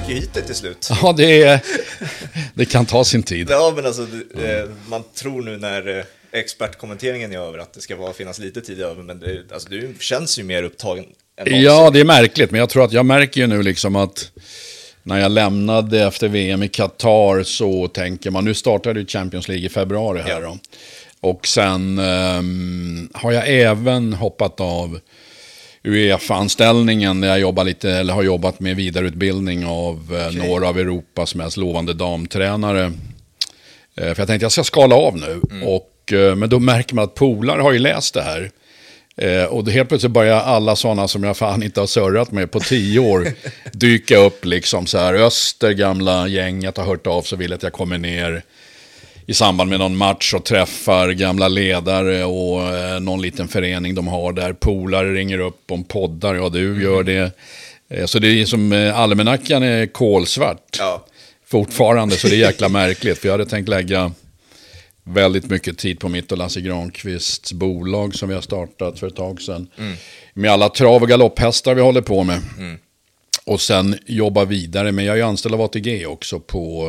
fick ju hit det till slut. Ja, det kan ta sin tid. Ja, men alltså, man tror nu när expertkommenteringen är över att det ska finnas lite tid över, men alltså, du känns ju mer upptagen än någonsin. Ja, det är märkligt, men jag tror att jag märker ju nu liksom att när jag lämnade efter VM i Qatar så tänker man, nu startade ju Champions League i februari här då. Och sen har jag även hoppat av UEFA-anställningen där jag jobbar lite, eller har jobbat med vidareutbildning av några av Europas mest lovande damtränare. För jag tänkte jag ska skala av nu. Men då märker man att polare har ju läst det här. Och då helt plötsligt börjar alla sådana som jag fan inte har surrat med på 10 år dyka upp liksom så här. Öster, gamla gänget har hört av så vill att jag kommer ner i samband med någon match och träffar gamla ledare och någon liten förening de har där. Polare ringer upp om poddar, ja du gör det. Så det är som almanackan är kolsvart fortfarande, så det är jäkla märkligt. För jag hade tänkt lägga väldigt mycket tid på mitt och Lasse Granqvists bolag som vi har startat för ett tag sedan. Med alla trav- och galopphästar vi håller på med. Och sen jobba vidare, men jag är ju anställd av ATG också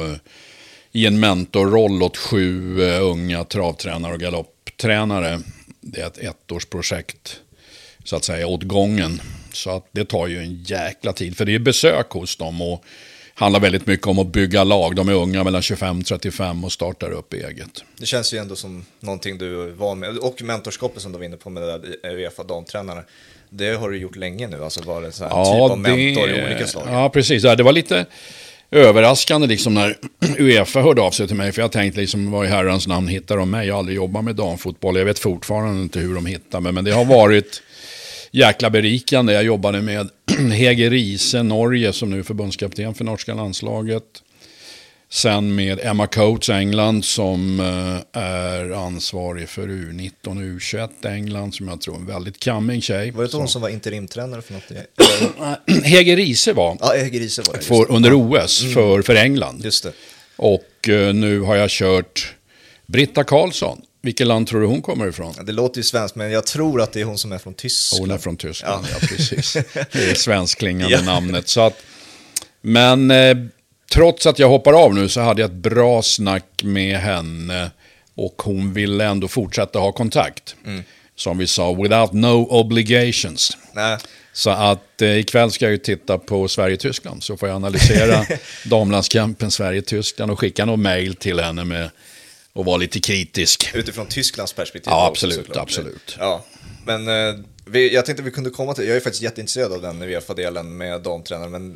i en mentorroll åt 7 unga travtränare och galopptränare. Det är ett ettårsprojekt så att säga åt gången. Så att det tar ju en jäkla tid, för det är besök hos dem och handlar väldigt mycket om att bygga lag. De är unga mellan 25-35 och startar upp eget. Det känns ju ändå som någonting du är van med. Och mentorskapet som du var inne på med det där UEFA-damtränare. Det har du gjort länge nu. Alltså var det så här typ av mentor i olika slag. Ja, precis. Det var lite överraskande liksom när UEFA hörde av sig till mig. För jag tänkte liksom, vad i herrans namn hittar de mig? Jag har aldrig jobbat med damfotboll. Jag vet fortfarande inte hur de hittar mig. Men det har varit jäkla berikande. Jag jobbade med Hege Riise, Norge, som nu är förbundskapten för norska landslaget. Sen med Emma Coates, England, som är ansvarig för U19 och U21 England, som jag tror är en väldigt kamming tjej. Var det hon som var interimtränare för något? Hege Riise var. Ja, Hege Riise var det. Under OS för England. Just det. Och nu har jag kört Britta Karlsson. Vilket land tror du hon kommer ifrån? Ja, det låter ju svenskt, men jag tror att det är hon som är från Tyskland. Hon är från Tyskland, ja precis. Det är svenskklingande namnet. Så att, men trots att jag hoppar av nu så hade jag ett bra snack med henne. Och hon ville ändå fortsätta ha kontakt. Som vi sa, without no obligations. Nej. Så att ikväll ska jag ju titta på Sverige-Tyskland. Så får jag analysera damlandskampen Sverige-Tyskland och skicka någon mail till henne med och vara lite kritisk. Utifrån Tysklands perspektiv. Ja, absolut, absolut. Ja, men jag tänkte vi kunde komma till, jag är faktiskt jätteintresserad av den UEFA-delen med damtränare, men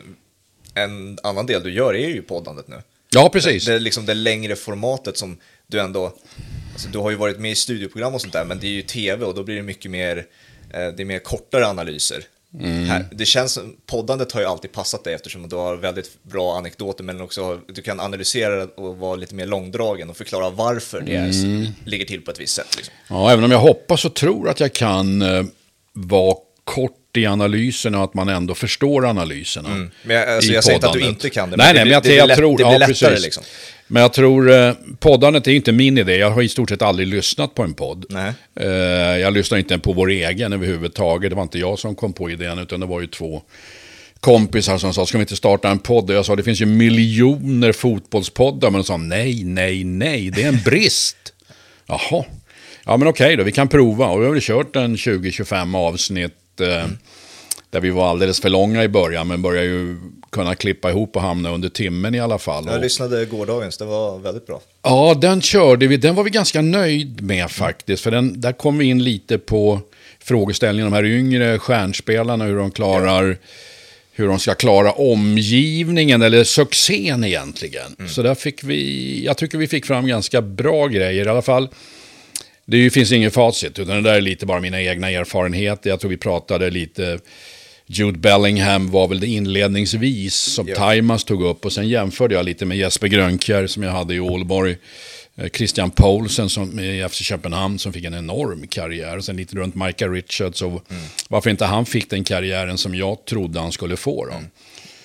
en annan del du gör är ju poddandet nu. Ja, precis. Det är liksom det längre formatet som du ändå, alltså du har ju varit med i studioprogram och sånt där, men det är ju tv och då blir det mycket mer, det är mer kortare analyser. Här, det känns, poddandet har ju alltid passat dig eftersom du har väldigt bra anekdoter, men också du kan analysera och vara lite mer långdragen och förklara varför det ligger till på ett visst sätt. Liksom. Ja, även om jag hoppas och tror att jag kan vara kort i analyserna och att man ändå förstår analyserna. Men jag säger inte att du inte kan det. Nej, men jag tror det blir lättare liksom. Men jag tror, poddandet är inte min idé. Jag har i stort sett aldrig lyssnat på en podd. Nej. Jag lyssnar inte på vår egen överhuvudtaget. Det var inte jag som kom på idén, utan det var ju 2 kompisar som sa, ska vi inte starta en podd? Och jag sa, det finns ju miljoner fotbollspoddar. Men de sa, nej, det är en brist. Jaha. Ja, men okej då, vi kan prova. Och vi har väl kört en 20-25 avsnitt där vi var alldeles för långa i början, men börjar ju kunna klippa ihop och hamna under timmen i alla fall. Jag lyssnade gårdagens, det var väldigt bra. Ja, den körde vi. Den var vi ganska nöjd med faktiskt. För där kom vi in lite på frågeställningen de här yngre stjärnspelarna, hur de ska klara omgivningen eller succén egentligen. Så där jag tycker vi fick fram ganska bra grejer i alla fall. Det finns ingen facit, utan det där är lite bara mina egna erfarenheter. Jag tror vi pratade lite, Jude Bellingham var väl det inledningsvis som Timas tog upp. Och sen jämförde jag lite med Jesper Grönkjær som jag hade i Ålborg. Christian Poulsen som i FC Köpenhamn som fick en enorm karriär. Och sen lite runt Micah Richards och varför inte han fick den karriären som jag trodde han skulle få då.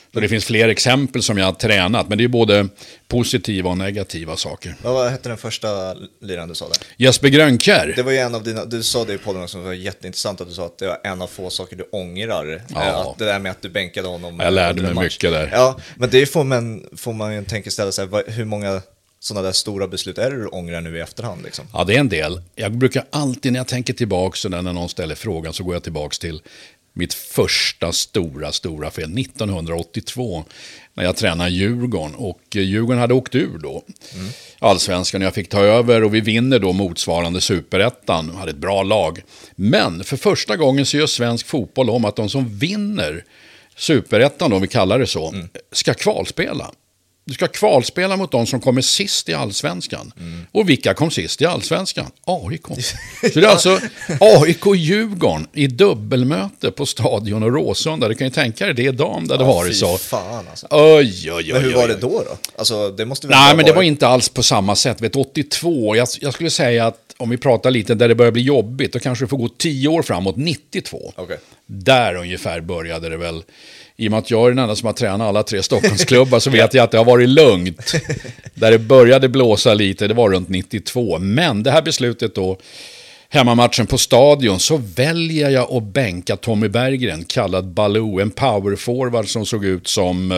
Så det finns fler exempel som jag har tränat, men det är både positiva och negativa saker. Vad hette den första liraren du sa där? Jesper Grönkjær. Det var ju en av dina, du sa det i podden som var jätteintressant, att du sa att det var en av få saker du ångrar. Ja. Att det där med att du bänkade honom. Jag lärde mig mycket där. Ja, men det får man ju tänka ställa sig, hur många sådana där stora beslut är det du ångrar nu i efterhand liksom? Ja, det är en del. Jag brukar alltid när jag tänker tillbaka, så när någon ställer frågan, så går jag tillbaka till mitt första stora fel 1982 när jag tränade Djurgården, och Djurgården hade åkt ur då. Allsvenskan, jag fick ta över och vi vinner då motsvarande Superettan, hade ett bra lag. Men för första gången så gör svensk fotboll om att de som vinner Superettan, om vi kallar det så, ska kvalspela. Du ska kvalspela mot de som kommer sist i Allsvenskan. Och vilka kom sist i Allsvenskan? AIK. Så det är alltså AIK-Djurgården i dubbelmöte på Stadion och Råsunda. Du kan ju tänka dig det dam där det var så. Fan alltså. Oj. Men hur var det då? Alltså, det måste väl Nej, men det var inte alls på samma sätt. Vet, 82, jag skulle säga att om vi pratar lite där det börjar bli jobbigt, då kanske det får gå 10 år framåt, 92. Okay. Där ungefär började det väl. I och med att jag är den enda som har tränat alla 3 Stockholmsklubbar, så vet jag att det har varit lugnt. Där det började blåsa lite, det var runt 92. Men det här beslutet då, hemmamatchen på Stadion, så väljer jag att bänka Tommy Berggren, kallad Baloo, en powerforward som såg ut som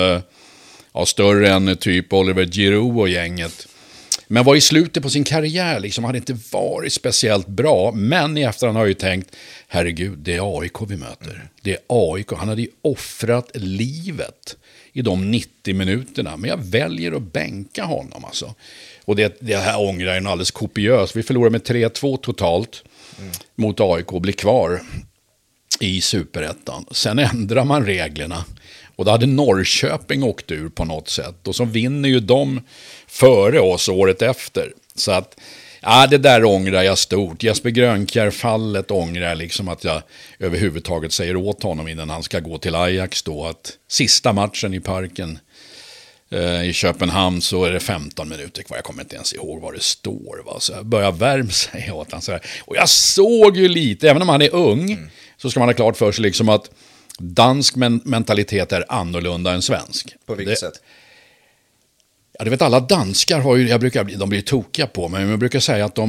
större än typ Oliver Giroud och gänget. Men var i slutet på sin karriär, liksom, hade inte varit speciellt bra. Men i efterhand har jag ju tänkt, herregud, det är AIK vi möter. Det är AIK, han hade ju offrat livet i de 90 minuterna. Men jag väljer att bänka honom alltså. Och det här ångrar jag alldeles kopiöst. Vi förlorar med 3-2 totalt mot AIK och blir kvar i Superettan. Sen ändrar man reglerna. Och då hade Norrköping åkt ur på något sätt. Och så vinner ju de före oss året efter. Så att, det där ångrar jag stort. Jesper Grönkjær-fallet ångrar jag liksom att jag överhuvudtaget säger åt honom innan han ska gå till Ajax då. Att sista matchen i Parken i Köpenhamn så är det 15 minuter kvar. Jag kommer inte ens ihåg vad det står. Va? Så jag börjar värma sig åt han så här. Och jag såg ju lite, även om han är ung, så ska man ha klart för sig liksom att dansk mentalitet är annorlunda än svensk. På vilket sätt? Ja, du vet, alla danskar har ju, de blir tokiga på mig, men jag brukar säga att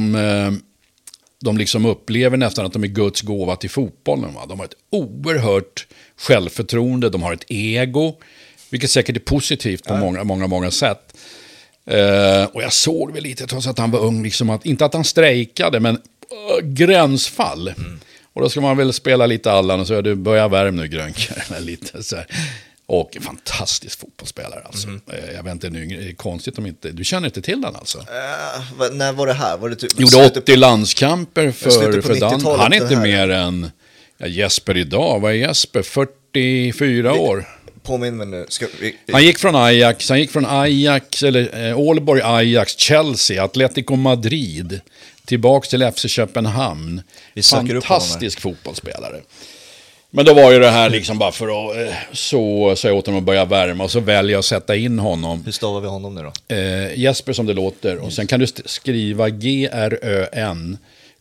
de liksom upplever nästan att de är Guds gåva till fotbollen. Va? De har ett oerhört självförtroende, de har ett ego, vilket säkert är positivt på många sätt. Och jag såg väl lite, trots att han var ung, liksom att, inte att han strejkade, men gränsfall. Och då ska man väl spela lite Allan och så du börjar värma nu, Grönkjær, lite så här. Och en fantastisk fotbollsspelare alltså. Jag vet inte, det är konstigt om inte, du känner inte till den alltså. När var det här? Var det typ, gjorde 80 landskamper för Dan. Han är inte mer än Jesper idag. Vad är Jesper? 44 år. Påminn mig nu. Han gick från Ajax, eller Ålborg, Ajax, Chelsea, Atletico Madrid, tillbaks till FC Köpenhamn. Fantastisk fotbollsspelare. Men då var ju det här liksom bara för att så jag åt honom att börja värma, och så väljer jag att sätta in honom. Hur stavar vi honom nu då? Jesper som det låter. Och sen kan du skriva Grön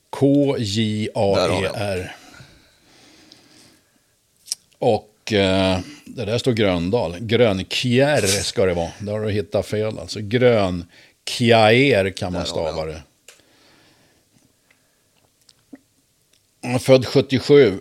Kjaer. Och det där står Gröndal. Grönkjær ska det vara. Där har du hittat fel alltså. Grönkjær kan man stava det. Född 77.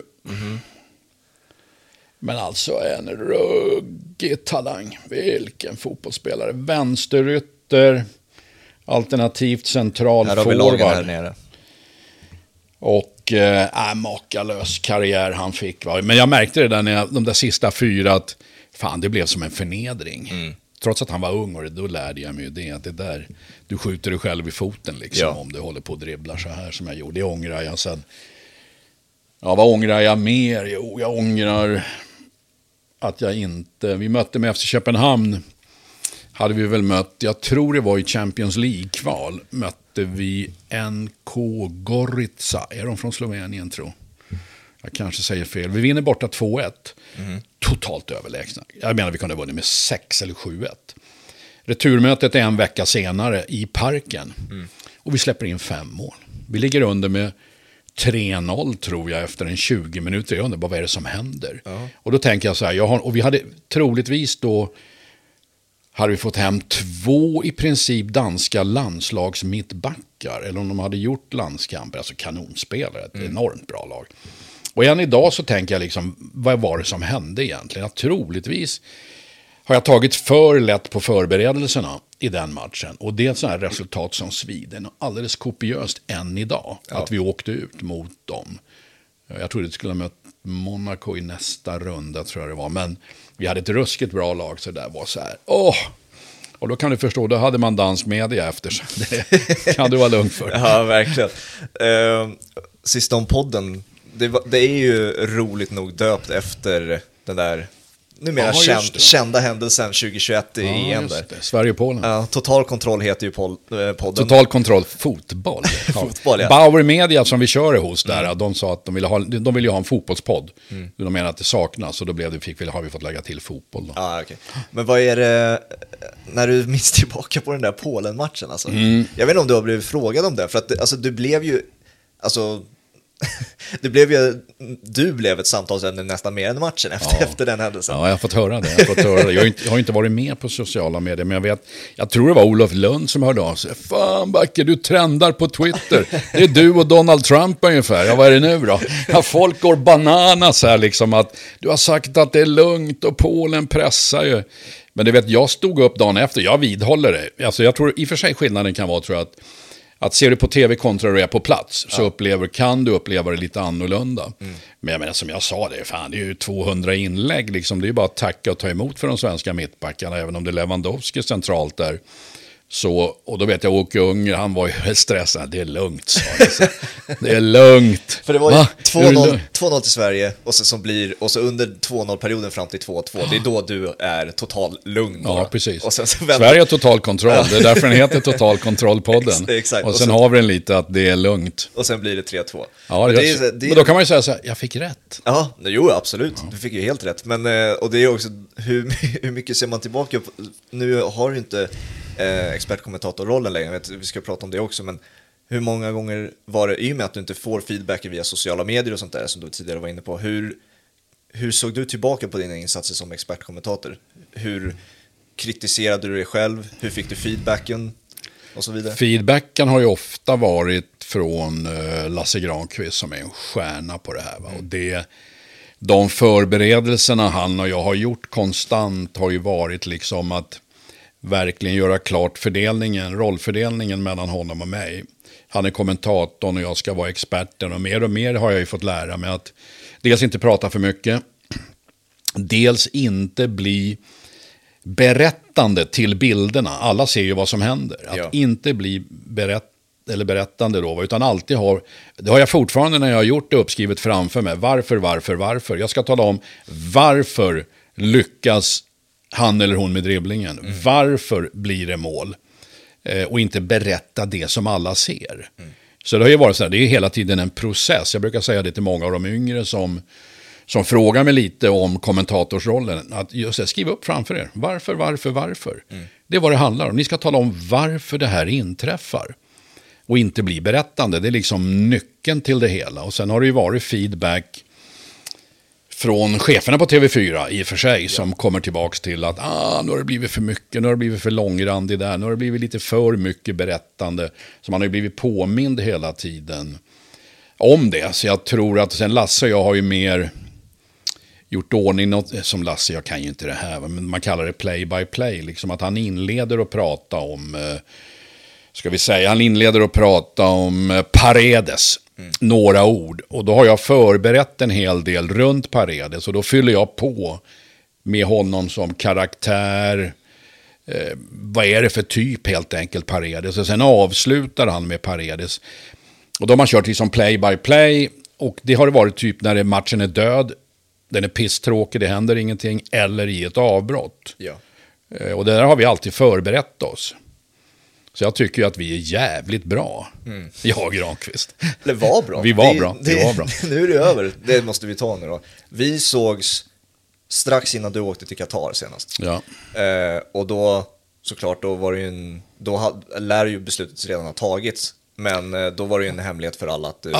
Men alltså en ruggig talang. Vilken fotbollsspelare. Vänsterytter. Alternativt central forward. Här har vi lagen här nere. Och makalös karriär han fick. Va? Men jag märkte det där när de där sista 4 att fan, det blev som en förnedring. Trots att han var ung, och då lärde jag mig det, att det där, du skjuter dig själv i foten liksom, om du håller på och dribblar så här som jag gjorde. Det ångrar jag sen. Ja, vad ångrar jag mer? Jo, jag ångrar att jag inte... Vi mötte med FC Köpenhamn. Hade vi väl mött, jag tror det var i Champions League-kval, mötte vi NK Gorica. Är de från Slovenien, tror jag kanske säger fel. Vi vinner borta 2-1. Totalt överlägsna. Jag menar vi kunde ha vunnit med 6 eller 7-1. Returmötet är en vecka senare i Parken. Och vi släpper in 5 mål. Vi ligger under med 3-0 tror jag efter en 20 minuter. Jag undrar bara vad är det som händer. Och då tänker jag så här, och vi hade troligtvis då hade vi fått hem 2 i princip danska landslagsmittbackar. Eller om de hade gjort landskamper, alltså kanonspelare, ett enormt bra lag. Och än idag så tänker jag liksom, vad var det som hände egentligen? Att troligtvis har jag tagit för lätt på förberedelserna i den matchen. Och det är ett sådant här resultat som svider alldeles kopiöst än idag. Att vi åkte ut mot dem. Jag trodde det skulle ha mött Monaco i nästa runda, tror jag det var. Men vi hade ett ruskigt bra lag, så det var så här. Och då kan du förstå, då hade man dansk media efter sig. Det kan du vara lugn för. Ja, verkligen. Sista om podden. Det är ju roligt nog döpt efter den där numera kända händelsen 2021 i EM där. Sverige-Polen. Total kontroll heter ju podden. Total kontroll fotboll. Fotboll, ja. Bauer Media som vi kör hos där, de sa att de ville ha en fotbollspodd. De menar att det saknas, och då har vi fått lägga till fotboll då. Okay. Men vad är det, när du minns tillbaka på den där Polen-matchen alltså? Jag vet inte om du har blivit frågad om det, för att alltså, du blev ju du blev ett samtalsämne nästan mer än matchen efter den händelsen. Ja, jag har fått höra det. Jag har inte varit med på sociala medier, men jag tror det var Olof Lund som hörde av sig. Fan Backe, du trendar på Twitter. Det är du och Donald Trump ungefär. Ja, vad är det nu då? Ja, folk går bananas här liksom, att du har sagt att det är lugnt och Polen pressar ju. Men du vet, jag stod upp dagen efter. Jag vidhåller det. Alltså, jag tror i och för sig skillnaden kan vara, tror jag, att ser du på tv kontra du är på plats, så kan du uppleva det lite annorlunda. Men jag menar, som jag sa, det är ju 200 inlägg. Liksom, det är ju bara att tacka och ta emot för de svenska mittbackarna, även om det är Lewandowski centralt där. Så, och då vet jag, Åke Unger, han var ju stressad. Det är lugnt, sa han. Det är lugnt. För det var ju 2-0 till Sverige, och så under 2-0-perioden fram till 2-2. Det är då du är total lugn. Ja, precis. Och sen Sverige har total kontroll. Det är därför den heter Total Kontroll-podden. Exakt. Och sen har vi den lite att det är lugnt. Och sen blir det 3-2. Ja, men då kan man ju säga så här, jag fick rätt. Ja, jo, absolut. Du fick ju helt rätt. Men, och det är också, hur mycket ser man tillbaka på? Nu har du inte expertkommentatorrollen längre. Vi ska prata om det också, men hur många gånger var det, i och med att du inte får feedback via sociala medier och sånt där som du tidigare var inne på, hur såg du tillbaka på dina insatser som expertkommentator? Hur kritiserade du dig själv? Hur fick du feedbacken? Och så vidare. Feedbacken har ju ofta varit från Lasse Granqvist, som är en stjärna på det här. Va? Och de förberedelserna han och jag har gjort konstant har ju varit liksom att verkligen göra klart rollfördelningen mellan honom och mig. Han är kommentatorn och jag ska vara experten, och mer har jag ju fått lära mig att dels inte prata för mycket, dels inte bli berättande till bilderna. Alla ser ju vad som händer. Att inte bli berättande då, utan alltid det har jag fortfarande när jag har gjort det uppskrivet framför mig. Varför? Jag ska tala om varför lyckas han eller hon med dribblingen. Varför blir det mål? Och inte berätta det som alla ser. Så det har ju varit så här, det är hela tiden en process. Jag brukar säga det till många av de yngre som frågar mig lite om kommentatorsrollen. Att just det, skriv upp framför er. Varför? Det är vad det handlar om. Ni ska tala om varför det här inträffar. Och inte bli berättande. Det är liksom nyckeln till det hela. Och sen har det ju varit feedback från cheferna på TV4 i och för sig, som kommer tillbaks till att nu har det blivit för mycket, nu har det blivit för långrandigt där, nu har det blivit lite för mycket berättande. Så man har ju blivit påmind hela tiden om det. Så jag tror att sen Lasse och jag har ju mer gjort ordning något, som Lasse, jag kan ju inte det här, men man kallar det play by play, liksom att han inleder att prata om Paredes. Några ord. Och då har jag förberett en hel del runt Paredes. Och då fyller jag på med honom som karaktär. Vad är det för typ helt enkelt Paredes? Och sen avslutar han med Paredes. Och då har man kört liksom play by play. Och det har varit typ när matchen är död. Den är pisstråkig, det händer ingenting. Eller i ett avbrott. Ja. Och det där har vi alltid förberett oss. Så jag tycker ju att vi är jävligt bra. Jag och Granqvist. Det var bra. Vi var bra. Nu är det över. Det måste vi ta nu då. Vi sågs strax innan du åkte till Qatar senast. Ja. Och då, såklart, då var det ju då lär ju beslutet redan ha tagits Men då var det ju en hemlighet för alla att du...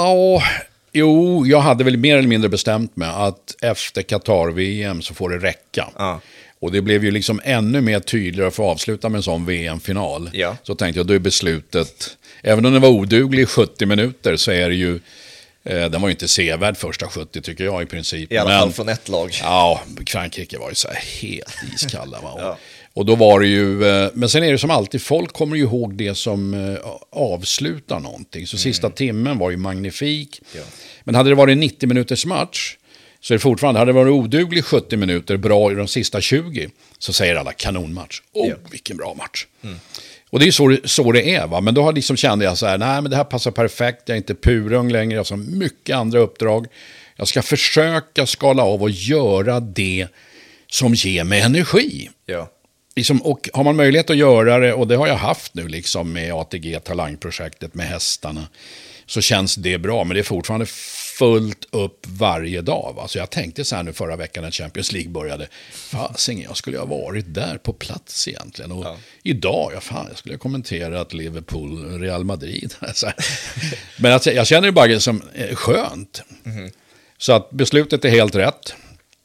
Jo, jag hade väl mer eller mindre bestämt mig att efter Qatar-VM så får det räcka. Ja. Och det blev ju liksom ännu mer tydligare för att avsluta med en sån VM-final. Ja. Så tänkte jag, då är beslutet, även om det var oduglig i 70 minuter så är det ju, den var ju inte sevärd första 70 tycker jag i princip. I alla fall från ett lag. Ja, Frankrike var ju så här helt iskalla. Va? Ja. Och då var det ju, men sen är det som alltid, folk kommer ju ihåg det som avslutar någonting. Så sista timmen var ju magnifik. Ja. Men hade det varit en 90 minuters match så är det fortfarande, hade det varit oduglig 70 minuter, bra i de sista 20, så säger alla kanonmatch. Vilken bra match. Och det är ju så det är, va? Men då liksom kände jag så här, nej men det här passar perfekt, jag är inte purung längre, jag har så mycket andra uppdrag. Jag ska försöka skala av och göra det som ger mig energi. Ja. Liksom, och har man möjlighet att göra det, och det har jag haft nu liksom med ATG talangprojektet med hästarna, så känns det bra, men det är fortfarande fullt upp varje dag. Va? Så jag tänkte så här nu förra veckan när Champions League började, fasingen, jag skulle ha varit där på plats egentligen. Och idag, jag skulle ha kommenterat Liverpool, Real Madrid. Men alltså, jag känner det bara som skönt. Så att beslutet är helt rätt.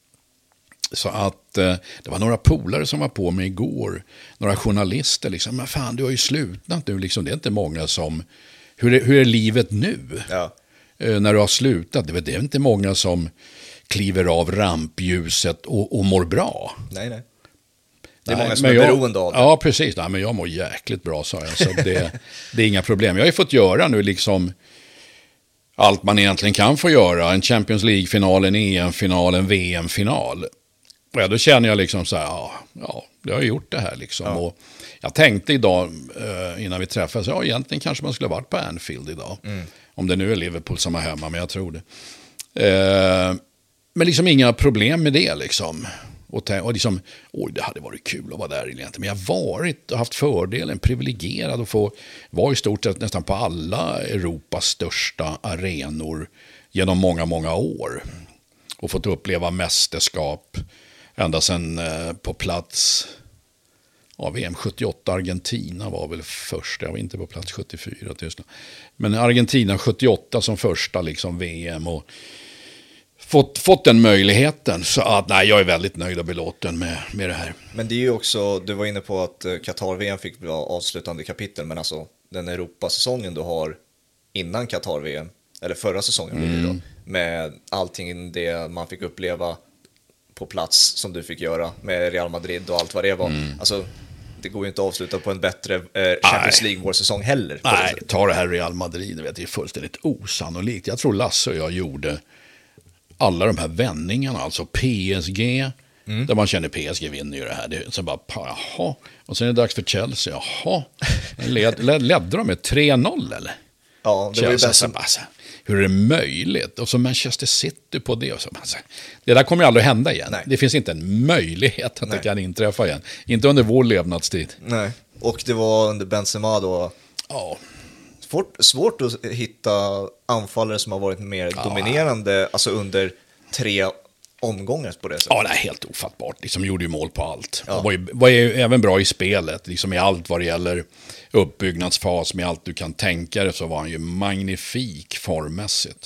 Så att det var några polare som var på mig igår, några journalister liksom, men fan, du har ju slutat nu liksom, det är inte många som, hur är livet nu? Ja. När du har slutat, det är inte många som kliver av rampljuset och mår bra. Nej. Det är många som är beroende av det. Ja, precis. Nej, men jag mår jäkligt bra, sa jag. Så det är inga problem. Jag har ju fått göra nu liksom allt man egentligen kan få göra. En Champions League-final, en EM-final, en VM-final. Och då känner jag liksom så här, ja, jag har gjort det här liksom. Ja. Och jag tänkte idag, innan vi träffades, egentligen kanske man skulle ha varit på Anfield idag. Om det nu är Liverpool som är hemma, men jag tror det. Men liksom inga problem med det liksom. Och liksom, det hade varit kul att vara där egentligen. Men jag har varit och haft fördelen, privilegierad att få vara i stort sett nästan på alla Europas största arenor genom många, många år. Och fått uppleva mästerskap ända sedan på plats. VM 78, Argentina var väl först. Jag var inte på plats 74 Tyskland. Men Argentina 78 som första liksom VM och fått den möjligheten. Så att nej, jag är väldigt nöjd och belåten med det här. Men det är ju också, du var inne på att Qatar-VM fick bli avslutande kapitel, men alltså den Europasäsongen du har innan Qatar-VM, eller förra säsongen blir det då, med allting det man fick uppleva på plats som du fick göra med Real Madrid och allt vad det var. Alltså, det går ju inte att avsluta på en bättre Champions League-vårsäsong heller. Nej, ta det här Real Madrid, det är fullständigt osannolikt. Jag tror Lasse och jag gjorde alla de här vändningarna, alltså PSG, där man känner PSG vinner ju det här. Så bara, jaha. Och sen är det dags för Chelsea, jaha. Ledde de med 3-0 eller? Ja, det var ju bäst. Hur är det möjligt? Och så Manchester City på det. Och så, det där kommer ju aldrig hända igen. Nej. Det finns inte en möjlighet att det kan inträffa igen. Inte under vår levnadstid. Nej, och det var under Benzema då. Ja. Svårt att hitta anfallare som har varit mer dominerande, alltså under 3 omgångar på det sättet. Ja, det är helt ofattbart. Liksom gjorde ju mål på allt. Ja. Var ju även bra i spelet. Liksom i allt vad det gäller uppbyggnadsfas, med allt du kan tänka dig, så var han ju magnifik formmässigt.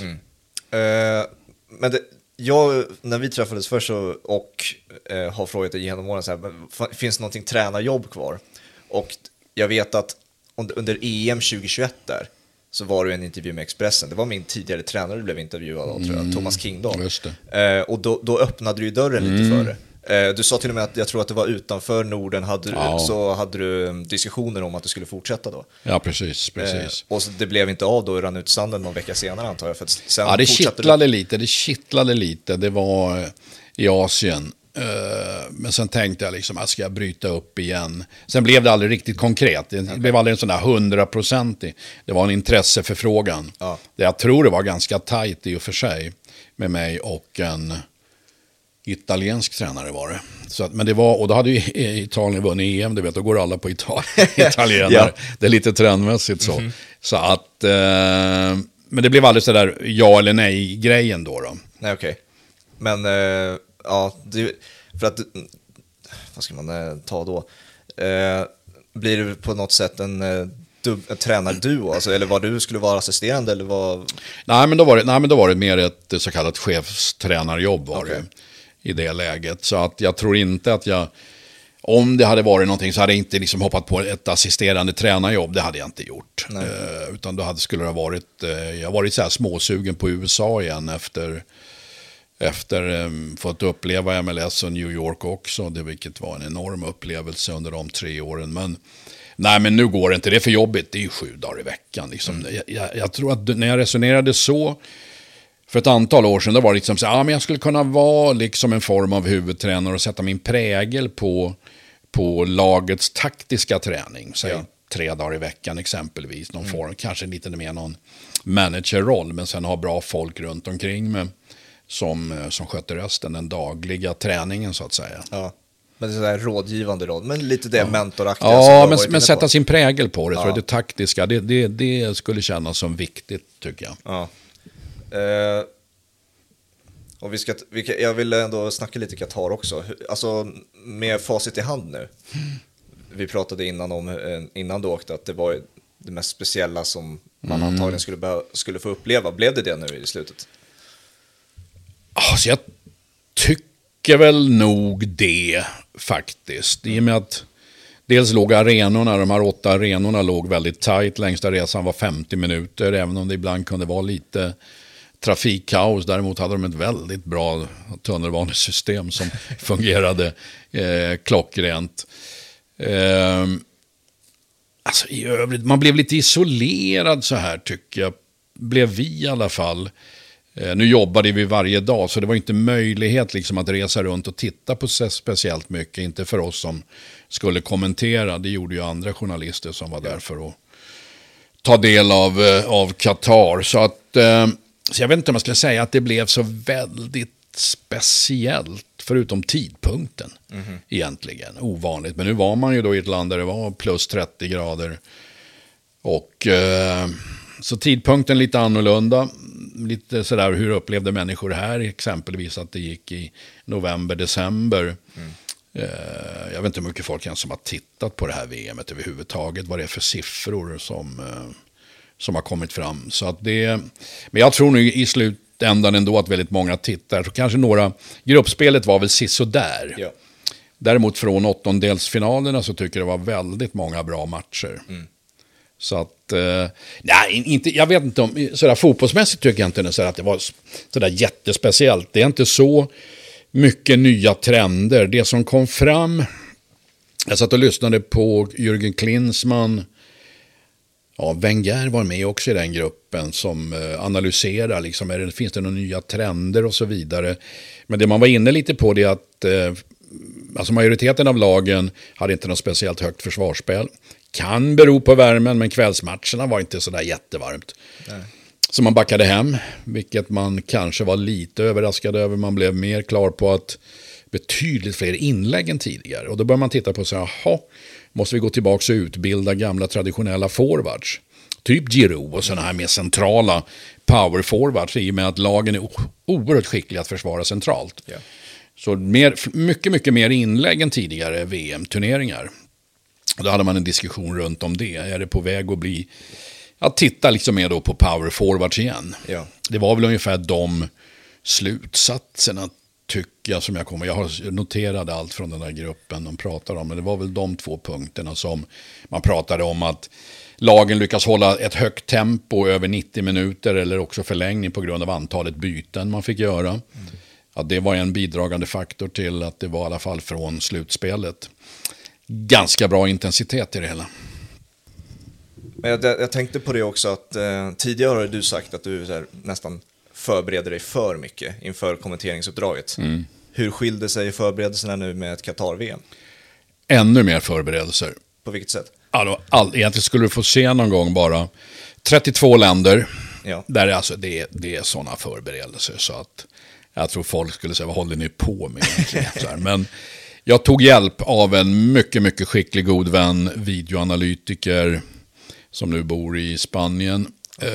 Men när vi träffades först och har frågat dig genom åren så här, finns det någonting tränarjobb kvar? Och jag vet att under EM 2021 där så var det en intervju med Expressen. Det var min tidigare tränare du blev intervjuad av, tror jag, Thomas Kingdahl. Just det. Och då öppnade du ju dörren lite för det. Du sa till och med att jag tror att det var utanför Norden så hade du diskussioner om att du skulle fortsätta då. Ja, precis. Och så det blev inte av då, rann ut sanden någon vecka senare antar jag. För sen det kittlade lite. Det var i Asien. Men sen tänkte jag liksom, ska jag bryta upp igen? Sen blev det aldrig riktigt konkret. Det blev aldrig en sån där 100%. Det var en intresseförfrågan. Ja. Jag tror det var ganska tajt i och för sig med mig och en italiensk tränare var det. Så att, men det var, och då hade ju Italien vunnit EM, du vet, då går alla på italienare. Ja. Det är lite trendmässigt så. Så att, men det blev aldrig så där ja eller nej grejen då. Nej, okej. Men ja, för att vad ska man ta då? Blir det på något sätt tränarduo, alltså, eller vad du skulle vara assisterande eller vad? Nej, men då var det mer ett så kallat chefstränarjobb var det i det läget. Så att jag tror inte att om det hade varit någonting så hade jag inte liksom hoppat på ett assisterande tränarjobb. Det hade jag inte gjort. Utan då skulle det ha varit, jag har varit så här småsugen på USA igen efter fått uppleva MLS och New York också. Vilket var en enorm upplevelse under de 3 åren. Men nej, men nu går det inte. Det är för jobbigt. Det är ju 7 dagar i veckan. Liksom. Jag tror att när jag resonerade så för ett antal år sedan, då var det liksom så men jag skulle kunna vara liksom en form av huvudtränare och sätta min prägel på lagets taktiska träning. Säg 3 dagar i veckan exempelvis. Någon form, kanske lite mer någon managerroll, men sen ha bra folk runt omkring mig som sköter resten, den dagliga träningen så att säga. Ja. Men det är sådär rådgivande roll, men lite det mentoraktiga. Ja, men sätta sin prägel på det, tror jag, det taktiska, det skulle kännas som viktigt tycker jag. Ja. Och jag vill ändå snacka lite Qatar också. Alltså med facit i hand nu. Vi pratade innan du åkte att det var det mest speciella som man antagligen skulle få uppleva. Blev det nu i slutet? Alltså jag tycker väl nog det faktiskt. I och med att dels låg arenorna, de här 8 arenorna låg väldigt tajt. Längsta resan var 50 minuter, även om det ibland kunde vara lite trafikkaos. Däremot hade de ett väldigt bra tunnelbanesystem som fungerade klockrent. Alltså i övrigt, man blev lite isolerad så här tycker jag. Blev vi i alla fall. Nu jobbade vi varje dag så det var inte möjlighet liksom att resa runt och titta på speciellt mycket. Inte för oss som skulle kommentera. Det gjorde ju andra journalister som var där för att ta del av Qatar. Så jag vet inte om jag skulle säga att det blev så väldigt speciellt förutom tidpunkten egentligen. Ovanligt. Men nu var man ju då i ett land där det var plus 30 grader. Och så tidpunkten lite annorlunda. Lite sådär, hur upplevde människor här exempelvis att det gick i november, december. Jag vet inte hur mycket folk som har tittat på det här VMet överhuvudtaget. Vad det är för siffror som har kommit fram. Så att men jag tror nu i slutändan ändå att väldigt många tittar. Så kanske gruppspelet var väl sisådär. Ja. Däremot från 8-delsfinalerna så tycker jag det var väldigt många bra matcher. Så att, jag vet inte om, sådär fotbollsmässigt tycker jag inte att det var sådär jättespeciellt. Det är inte så mycket nya trender. Det som kom fram, jag satt och lyssnade på Jürgen Klinsmann. Ja, Wenger var med också i den gruppen som analyserar, liksom, finns det några nya trender och så vidare. Men det man var inne lite på det är att alltså majoriteten av lagen hade inte något speciellt högt försvarsspel. Kan bero på värmen, men kvällsmatcherna var inte så där jättevarmt. Nej. Så man backade hem, vilket man kanske var lite överraskad över. Man blev mer klar på att betydligt fler inlägg än tidigare. Och då börjar man titta på så här, måste vi gå tillbaka och utbilda gamla traditionella forwards? Typ Giroud och sådana här mer centrala power forwards, i och med att lagen är oerhört skickliga att försvara centralt. Yeah. Så mycket mer inlägg än tidigare VM-turneringar. Och då hade man en diskussion runt om det. Är det på väg att bli att titta liksom mer då på power forwards igen? Ja. Det var väl ungefär de slutsatserna tycker jag som jag kommer. Jag har noterat allt från den där gruppen de pratar om. Men det var väl de 2 punkterna som man pratade om, att lagen lyckas hålla ett högt tempo över 90 minuter eller också förlängning på grund av antalet byten man fick göra. Ja, det var en bidragande faktor till att det var i alla fall från slutspelet ganska bra intensitet i det hela. Men jag tänkte på det också att tidigare har du sagt att du nästan förbereder dig för mycket inför kommenteringsuppdraget. Hur skilde sig förberedelserna nu med ett Qatar-VM? Ännu mer förberedelser. På vilket sätt? Egentligen skulle du få se någon gång bara 32 länder. Ja. Där alltså det är sådana förberedelser så att jag tror folk skulle säga, vad håller ni på med egentligen? Men jag tog hjälp av en mycket, mycket skicklig god vän, videoanalytiker som nu bor i Spanien.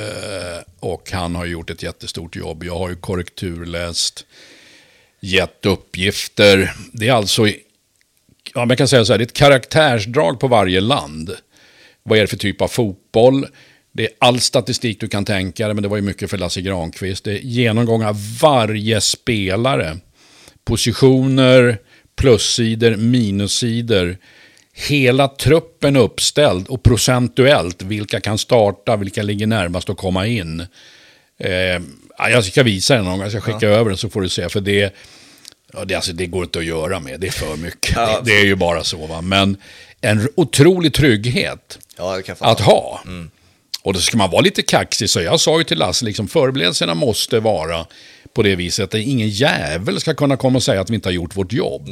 Och han har gjort ett jättestort jobb. Jag har ju korrekturläst, gett uppgifter. Det är alltså, man kan säga så här, det är ett karaktärsdrag på varje land. Vad är det för typ av fotboll? Det är all statistik du kan tänka dig, men det var ju mycket för Lasse Granqvist. Det är genomgång av varje spelare. Positioner, plussidor, minussidor. Hela truppen uppställd och procentuellt. Vilka kan starta, vilka ligger närmast att komma in. Jag ska visa den någon gång, jag ska skicka över den så får du se. För det går inte att göra med, det är för mycket. Det är ju bara så, va. Men en otrolig trygghet att ha. Och då ska man vara lite kaxig, så jag sa ju till Lasse, liksom, förberedelserna måste vara på det viset att ingen jävel ska kunna komma och säga att vi inte har gjort vårt jobb.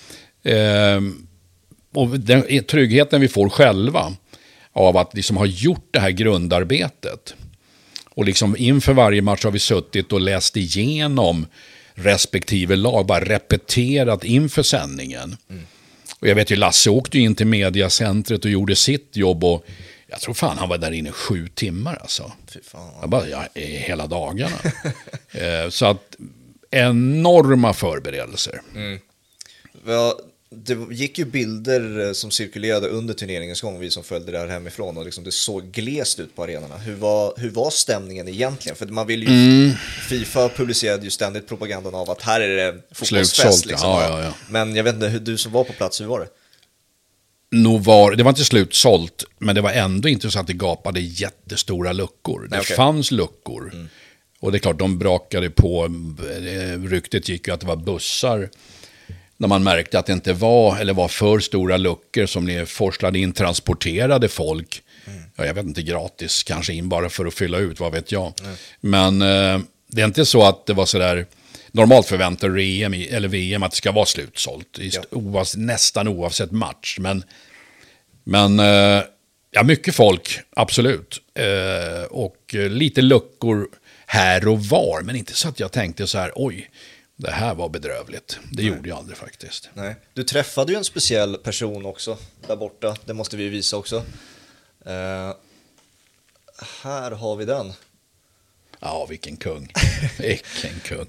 Och den tryggheten vi får själva av att liksom ha gjort det här grundarbetet. Och liksom inför varje match har vi suttit och läst igenom respektive lag, bara repeterat inför sändningen. Och jag vet ju, Lasse åkte in till mediacentret och gjorde sitt jobb, och jag tror fan han var där inne 7 timmar alltså. Fy fan. Hela dagarna. Så att enorma förberedelser. Det gick ju bilder som cirkulerade under turneringens gång, vi som följde det här hemifrån, och liksom det såg glest ut på arenorna. Hur var stämningen egentligen? För man vill ju, FIFA publicerade ju ständigt propagandan av att här är det fotbollsfest liksom. Ja. Men jag vet inte, du som var på plats, hur var det? Det var inte slutsålt, men det var ändå inte så att det gapade jättestora luckor. Det fanns luckor. Och det är klart, de brakade på. Ryktet gick ju att det var bussar. När man märkte att det inte var för stora luckor som ni forslade in, transporterade folk. Jag vet inte, gratis kanske in bara för att fylla ut, vad vet jag. Men det är inte så att det var så där. Normalt förväntar VM att det ska vara slutsålt. Nästan oavsett match. Men mycket folk, absolut. Och lite luckor här och var. Men inte så att jag tänkte så här, oj, det här var bedrövligt. Det gjorde jag aldrig faktiskt. Nej. Du träffade ju en speciell person också där borta. Det måste vi visa också. Här har vi den. Ja, vilken kung. Vilken kung.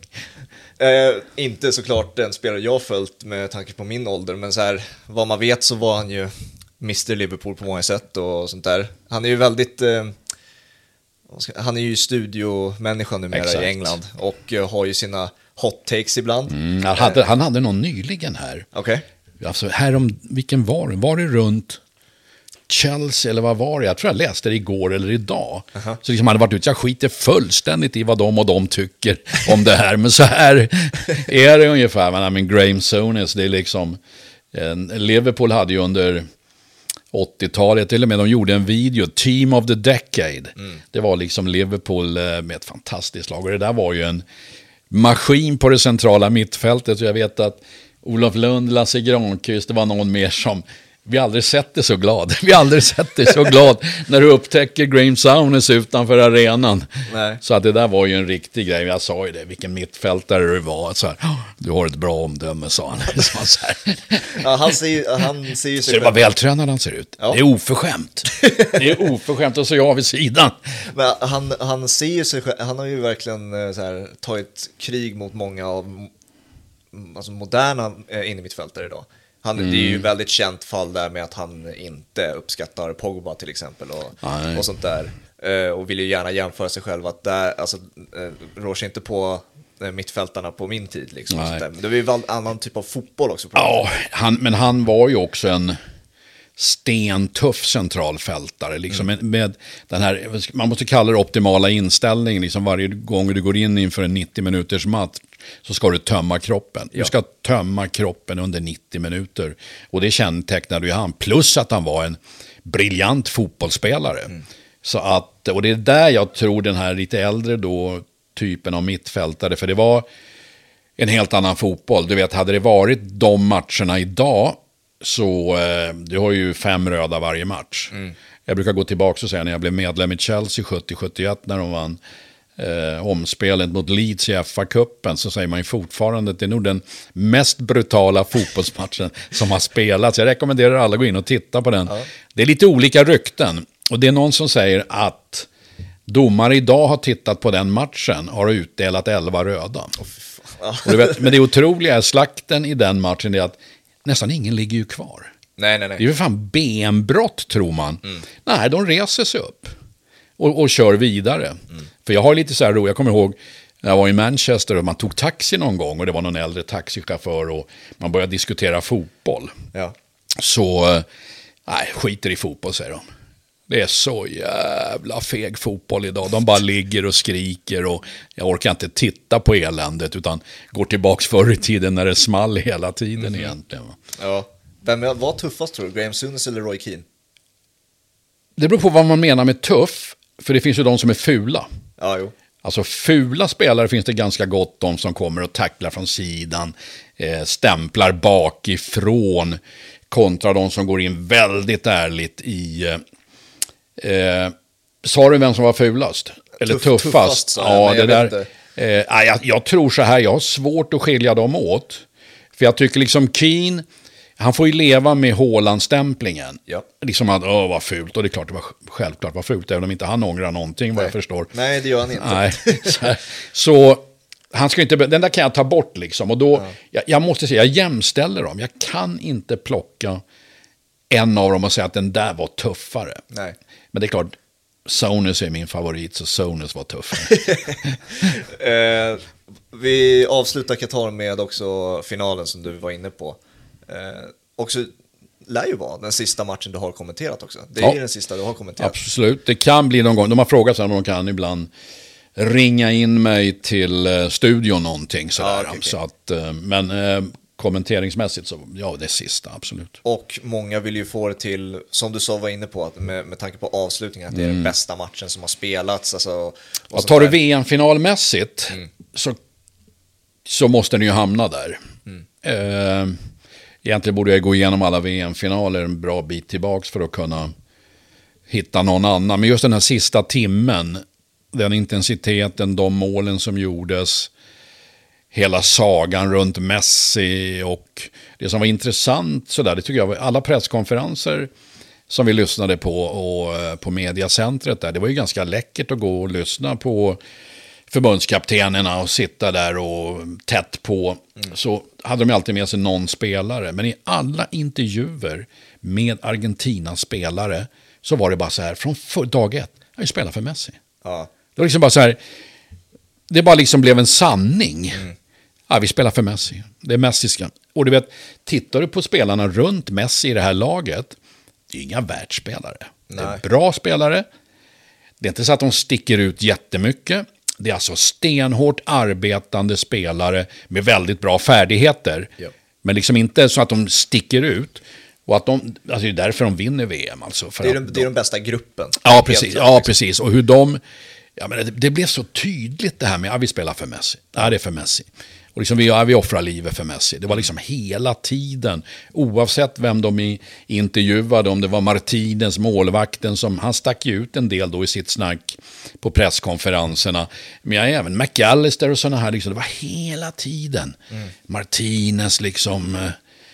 Inte såklart den spelare jag följt med tanke på min ålder, men så här, vad man vet så var han ju Mr. Liverpool på många sätt och sånt där. Han är ju väldigt han är ju studiomänniska numera i England och har ju sina hot takes ibland. Han hade någon nyligen här. Okej. Alltså, vilken var det? Var det runt Chelsea eller vad var det? Jag tror jag läste det igår eller idag. Så liksom hade varit ute, jag skiter fullständigt i vad de och de tycker om det här. Men så här är det ungefär. Men Graham Souness, det är liksom Liverpool hade ju under 80-talet till och med, de gjorde en video, Team of the Decade. Det var liksom Liverpool med ett fantastiskt lag. Och det där var ju en maskin på det centrala mittfältet. Så jag vet att Olof Lund, Lasse Granqvist, det var någon mer som... Vi har aldrig sett det så glad. Vi har aldrig sett det så glad när du upptäcker Graham Souness utanför arenan. Nej. Så att det där var ju en riktig grej. Jag sa ju det, vilken mittfältare du var. Så här, du har ett bra omdöme, sa han. Så här. Ja, han ser ju så det var vältränad han ser ut. Ja. Det är oförskämt. Det är oförskämt, och så jag vid sidan. Men han ser ju sig själv, han har ju verkligen så här, tagit krig mot många av moderna innermittfältare idag. Det är ju ett väldigt känt fall där med att han inte uppskattar Pogba till exempel och sånt där. Och vill ju gärna jämföra sig själv att där, rör sig inte på mittfältarna på min tid liksom. Men det var ju en annan typ av fotboll också. Ja, men han var ju också en stentuff centralfältare liksom, med den här, man måste kalla det optimala inställningen liksom, varje gång du går in inför en 90 minuters match så ska du tömma kroppen. Du ska tömma kroppen under 90 minuter. Och det kännetecknade ju han. Plus att han var en briljant fotbollsspelare. Så att, och det är där jag tror den här lite äldre då typen av mittfältare, för det var en helt annan fotboll. Du vet, hade det varit de matcherna idag så du har ju 5 röda varje match. Jag brukar gå tillbaka och säga när jag blev medlem i Chelsea 70-71 när de vann omspelet mot Leeds i FA-cupen, så säger man ju fortfarande att det är nog den mest brutala fotbollsmatchen som har spelats. Jag rekommenderar alla att gå in och titta på den. Det är lite olika rykten, och det är någon som säger att domare idag har tittat på den matchen och har utdelat 11 röda. Och du vet, men det otroliga är slakten i den matchen är att nästan ingen ligger ju kvar. Nej. Det är ju fan benbrott, tror man. Nej, de reser sig upp och kör vidare. För jag har lite så här ro, jag kommer ihåg när jag var i Manchester och man tog taxi någon gång och det var någon äldre taxichaufför och man började diskutera fotboll. Ja. Så, nej, skiter i fotboll, säger de. Det är så jävla feg fotboll idag. De bara ligger och skriker och jag orkar inte titta på eländet utan går tillbaks förr i tiden när det small hela tiden egentligen. Ja. Vem var tuffast, tror du? Graham Souness eller Roy Keane? Det beror på vad man menar med tuff, för det finns ju de som är fula. Ja, jo. Alltså fula spelare finns det ganska gott om som kommer och tacklar från sidan, stämplar bakifrån, kontra de som går in väldigt ärligt i... sa du vem som var fulast? Eller tuffast? Ja, det där. Jag tror så här, jag har svårt att skilja dem åt. För jag tycker liksom Keane, han får ju leva med Haaland-stämplingen. Ja. Liksom att, vad fult. Och det är klart, det var självklart var fult, även om inte han ångrar någonting, vad jag förstår. Nej, det gör han inte. Nej. Så han ska inte, den där kan jag ta bort liksom. Och då, jag måste säga, jag jämställer dem. Jag kan inte plocka en av dem och säga att den där var tuffare. Nej. Men det är klart, Souness är min favorit, så Souness var tuffare. Vi avslutar Qatar med också finalen som du var inne på. Också lär ju vara den sista matchen du har kommenterat också. Det är ju den sista du har kommenterat. Absolut, det kan bli någon gång. De har frågat sig om de kan ibland ringa in mig till studion någonting sådär. Okay. Så att, men kommenteringsmässigt så, ja, det är sista, absolut. Och många vill ju få det till, som du sa, var inne på, att med tanke på avslutningen, att det är den bästa matchen som har spelats. Alltså, tar du VM-finalmässigt så måste den ju hamna där. Egentligen borde jag gå igenom alla VM-finaler en bra bit tillbaks för att kunna hitta någon annan. Men just den här sista timmen, den intensiteten, de målen som gjordes, hela sagan runt Messi och det som var intressant sådär, det tycker jag var alla presskonferenser som vi lyssnade på och på mediacentret där, det var ju ganska läckert att gå och lyssna på förbundskaptenerna och sitta där och tätt på, så hade de alltid med sig någon spelare, men i alla intervjuer med Argentinas spelare så var det bara så här, från dag ett, jag spelar för Messi. Ja. Det var liksom bara så här, det bara liksom blev en sanning. Ja, vi spelar för Messi. Det är Messiska. Och du vet, tittar du på spelarna runt Messi i det här laget, det är inga världsspelare. Nej. Det är bra spelare. Det är inte så att de sticker ut jättemycket. Det är alltså stenhårt arbetande spelare med väldigt bra färdigheter. Yep. Men liksom inte så att de sticker ut. Och att alltså det är därför de vinner VM. Alltså, för det är den bästa gruppen. Ja, precis. Ja, precis. Och hur de... Ja, men det blev så tydligt det här med att vi spelar för Messi. Ja, det är för Messi. Och liksom vi offrar livet för Messi. Det var liksom hela tiden, oavsett vem de intervjuade, om det var Martinez, målvakten, som han stack ut en del då i sitt snack på presskonferenserna. Men jag även McAllister och sådana här, liksom, det var hela tiden. Martinez liksom,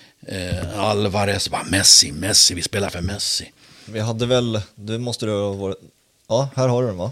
Alvarez, bara Messi, vi spelar för Messi. Vi hade väl, du måste du ha varit, ja, här har du den, va?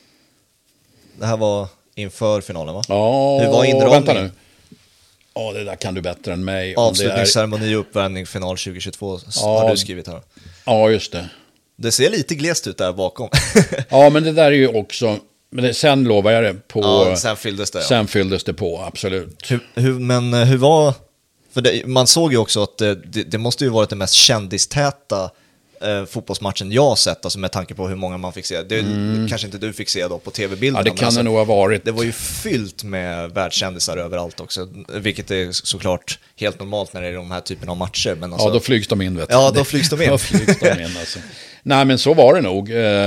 Det här var inför finalen, va? Ja, hur var inramningen? Vänta nu. Ja, det där kan du bättre än mig. Avslutningsceremoni och uppvärmning final 2022 har du skrivit här. Ja, just det. Det ser lite glest ut där bakom. Ja, men det där är ju också... Men sen lovar jag det på... Ja, sen fylldes det. Ja. Sen fylldes det på, absolut. Men hur var... För det, man såg ju också att det måste ju varit den mest kändistäta fotbollsmatchen jag har sett, alltså med tanke på hur många man fick se. Det kanske inte du fick se då på tv-bilderna. Ja, det kan det nog ha varit. Det var ju fyllt med världskändisar överallt också, vilket är såklart helt normalt när det är de här typen av matcher. Men alltså, ja, då flygs de in, vet du. Ja, då flygs de in. Då flygs de in alltså. Nej, men så var det nog.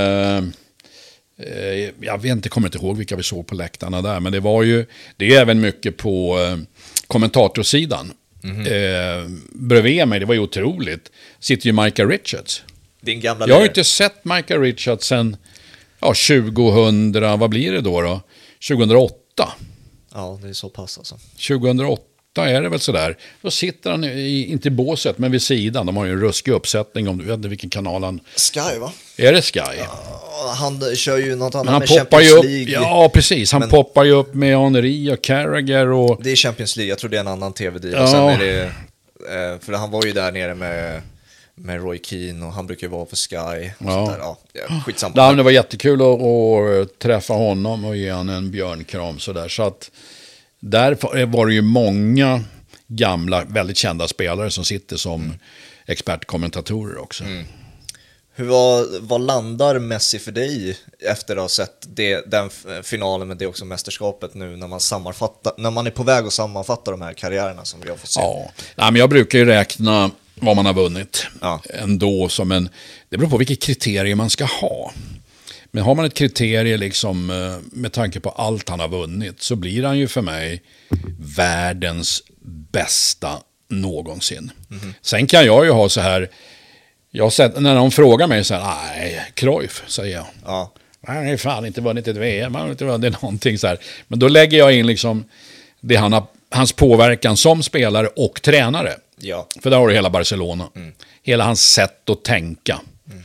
Jag vet inte, kommer inte ihåg vilka vi såg på läktarna där, men det var ju, det är även mycket på kommentatorsidan. Bredvid mig, det var ju otroligt, sitter ju Micah Richards. Din gamla jag har ju inte sett Micah Richards sen 2000, vad blir det då? 2008. Ja, det är så pass alltså. 2008 är det väl sådär. Då sitter han inte i båset, men vid sidan. De har ju en ruskig uppsättning, om du vet inte vilken kanal han... Sky, va? Är det Sky? Ja, han kör ju något annat, han med poppar Champions ju upp, League. ja, precis. Han poppar ju upp med Henry och Carragher och... Det är Champions League, jag tror det är en annan tv-deal. Ja. Och sen är det... för han var ju där nere med med Roy Keane och han brukar ju vara för Sky. Och sånt där. Ja, skitsamma. Ja, det var jättekul att träffa honom och ge han en björnkram sådär. Så att där var det ju många gamla, väldigt kända spelare som sitter som expertkommentatorer också. Vad landar Messi för dig efter att ha sett den finalen, men det är också mästerskapet nu när man är på väg att sammanfatta de här karriärerna som vi har fått se? Ja, nej, men jag brukar ju räkna vad man har vunnit ändå som det beror på vilket kriterier man ska ha. Men har man ett kriterie liksom med tanke på allt han har vunnit, så blir han ju för mig världens bästa någonsin. Sen kan jag ju ha så här, jag har sett, när de frågar mig så här, nej, Cruyff, säger jag. Ja. Han har fan inte vunnit ett VM, han har inte vunnit någonting så här. Men då lägger jag in liksom det hans påverkan som spelare och tränare. Ja. För där har du hela Barcelona. Hela hans sätt att tänka.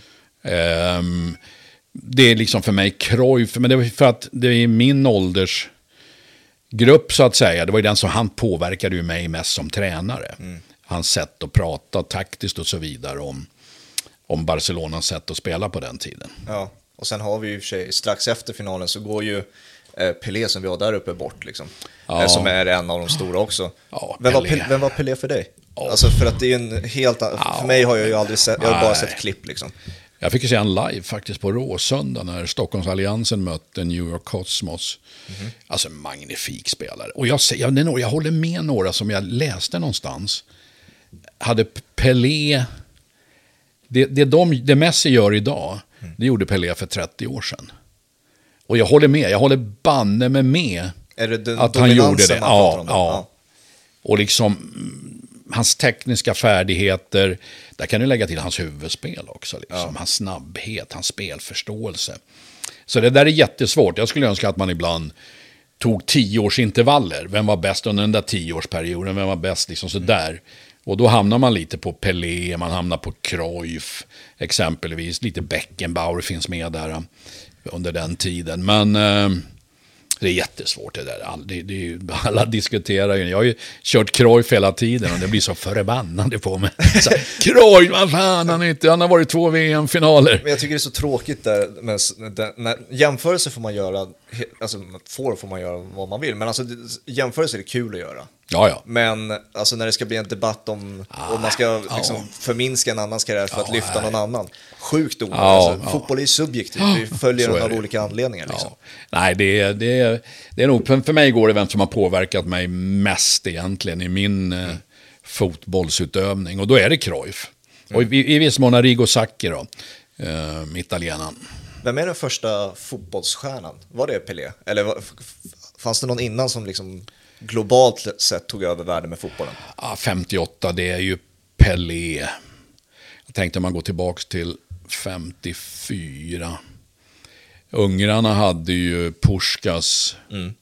Det är liksom för mig Cruyff, men det är för att det är min åldersgrupp så att säga. Det var ju den som han påverkade ju mig mest som tränare. Hans sätt att prata taktiskt och så vidare om Barcelonas sätt att spela på den tiden. Ja, och sen har vi ju för sig, strax efter finalen så går ju Pelé som vi har där uppe bort liksom. Som är en av de stora också. Ja, vem var Pelé för dig? Alltså för att det är en helt för mig har jag ju aldrig sett, jag har bara sett klipp liksom. Jag fick ju se en live faktiskt på Råsunda när Stockholmsalliansen mötte New York Cosmos. Alltså en magnifik spelare. Och jag håller med några som jag läste någonstans. Hade Pelé, det Messi gör idag, det gjorde Pelé för 30 år sedan. Och jag håller banne med är det att han gjorde det. Ja. Och liksom hans tekniska färdigheter, där kan du lägga till hans huvudspel också. Liksom. Hans snabbhet, hans spelförståelse. Så det där är jättesvårt. Jag skulle önska att man ibland tog 10-årsintervaller. Vem var bäst under den där 10-årsperioden? Vem var bäst liksom sådär? Och då hamnar man lite på Pelé, man hamnar på Cruyff exempelvis. Lite Beckenbauer finns med där under den tiden. Men det är jättesvårt det där. Alla diskuterar ju. Jag har ju kört Cruyff hela tiden och det blir så förbannande på mig. Cruyff, vad fan, han har varit 2 VM-finaler. Men jag tycker det är så tråkigt där. När jämförelser får man göra, alltså får man göra vad man vill. Men alltså jämförelser är kul att göra. Ja. Men alltså när det ska bli en debatt om man ska liksom förminska en annans karriär för att lyfta någon annan. Sjukt ord. Fotboll är subjektivt. Vi följer den av olika anledningar. Liksom. Nej, det är nog, för mig går det vem som har påverkat mig mest egentligen i min fotbollsutövning. Och då är det Cruyff. Och i viss mån Arrigo Sacchi då, italienaren. Vem är den första fotbollsstjärnan? Var det Pelé? Eller fanns det någon innan som liksom globalt sett tog över världen med fotbollen? 58, det är ju Pelé. Jag tänkte om man går tillbaka till 54. Ungrarna hade ju Puskas.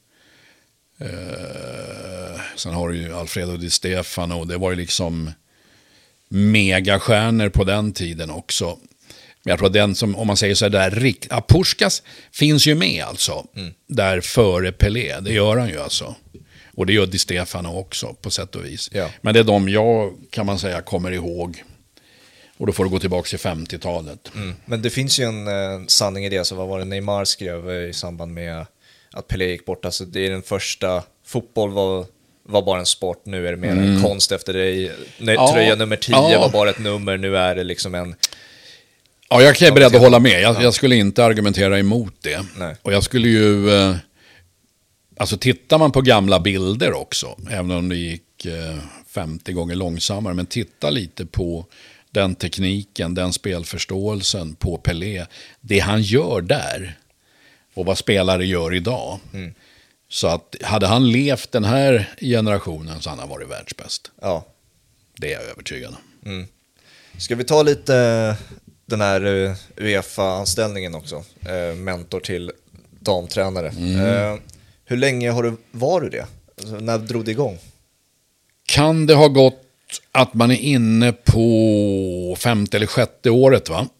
Sen har du ju Alfredo Di Stefano. Det var ju liksom megastjärnor på den tiden också. Men jag tror att den som, om man säger så där, Puskas finns ju med alltså. Där före Pelé, det gör han ju alltså. Och det gör Di Stefano också på sätt och vis. Ja. Men det är de jag, kan man säga, kommer ihåg. Och då får du gå tillbaka till 50-talet. Men det finns ju en sanning i det. Så vad var det Neymar skrev i samband med att Pelé gick bort? Alltså det är den första, fotboll var bara en sport. Nu är det mer en konst efter dig. Tröja nummer 10 var bara ett nummer. Nu är det liksom en... Ja, jag är beredd att hålla med. Jag skulle inte argumentera emot det. Nej. Och jag skulle ju... Alltså tittar man på gamla bilder också, även om det gick 50 gånger långsammare, men titta lite på den tekniken, den spelförståelsen på Pelé, det han gör där och vad spelare gör idag. Så att hade han levt den här generationen så hade han varit världsbäst. Ja. Det är jag övertygad om. Ska vi ta lite den här UEFA-anställningen också, mentor till damtränare. Hur länge har du varit det? Alltså, när drog det igång? Kan det ha gått att man är inne på 5:e eller 6:e året, va?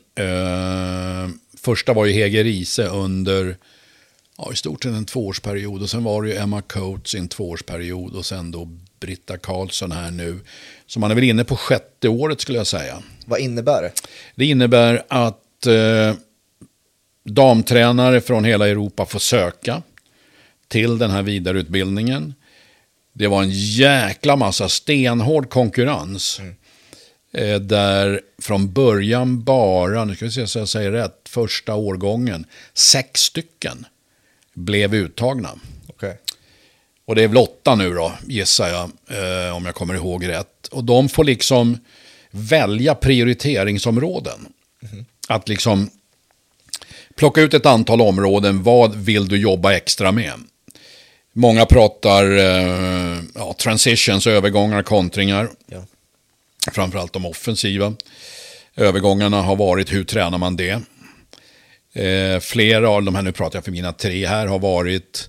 Första var ju Hege Riise under i stort sett en 2-årsperiod. Och sen var det ju Emma Coates i en 2-årsperiod. Och sen då Britta Karlsson här nu. Så man är väl inne på 6:e året skulle jag säga. Vad innebär det? Det innebär att damtränare från hela Europa får söka till den här vidareutbildningen. Det var en jäkla massa stenhård konkurrens. Där från början bara, nu ska vi se så jag säger rätt, första årgången, 6 stycken blev uttagna. Okay. Och det är väl 8 nu då, gissar jag, om jag kommer ihåg rätt. Och de får liksom välja prioriteringsområden. Att liksom plocka ut ett antal områden, vad vill du jobba extra med? Många pratar transitions, övergångar, kontringar. Ja. Framförallt de offensiva. Övergångarna har varit, hur tränar man det? Flera av de här, nu pratar jag för mina 3 här, har varit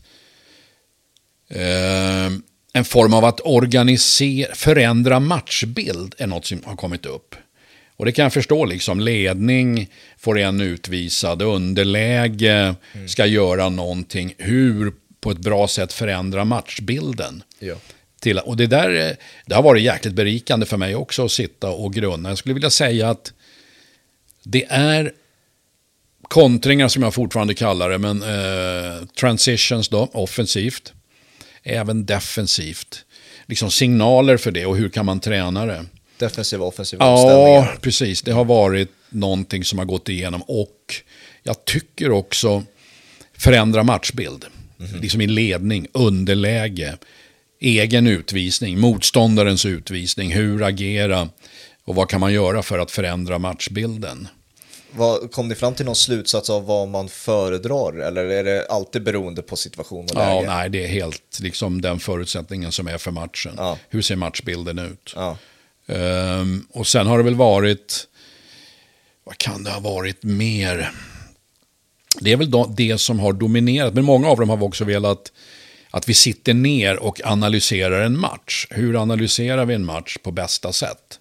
en form av att förändra matchbild är något som har kommit upp. Och det kan jag förstå, liksom ledning får en utvisad, underläge ska göra någonting, hur på ett bra sätt förändra matchbilden. Ja. Och det har varit jäkligt berikande för mig också att sitta och grunna. Jag skulle vilja säga att det är kontringar som jag fortfarande kallar det, men transitions då, offensivt, även defensivt. Liksom signaler för det och hur kan man träna det. Defensiva, offensiva omställningar. Ja, precis. Det har varit någonting som har gått igenom och jag tycker också förändra matchbild. Liksom i ledning, underläge, egen utvisning, motståndarens utvisning, hur agera och vad kan man göra för att förändra matchbilden. Kom ni fram till någon slutsats av vad man föredrar eller är det alltid beroende på situation och läge? Ja, nej, det är helt liksom den förutsättningen som är för matchen. Ja. Hur ser matchbilden ut? Ja. Och sen har det väl varit, vad kan det ha varit mer? Det är väl det som har dominerat, men många av dem har också velat att vi sitter ner och analyserar en match. Hur analyserar vi en match på bästa sätt?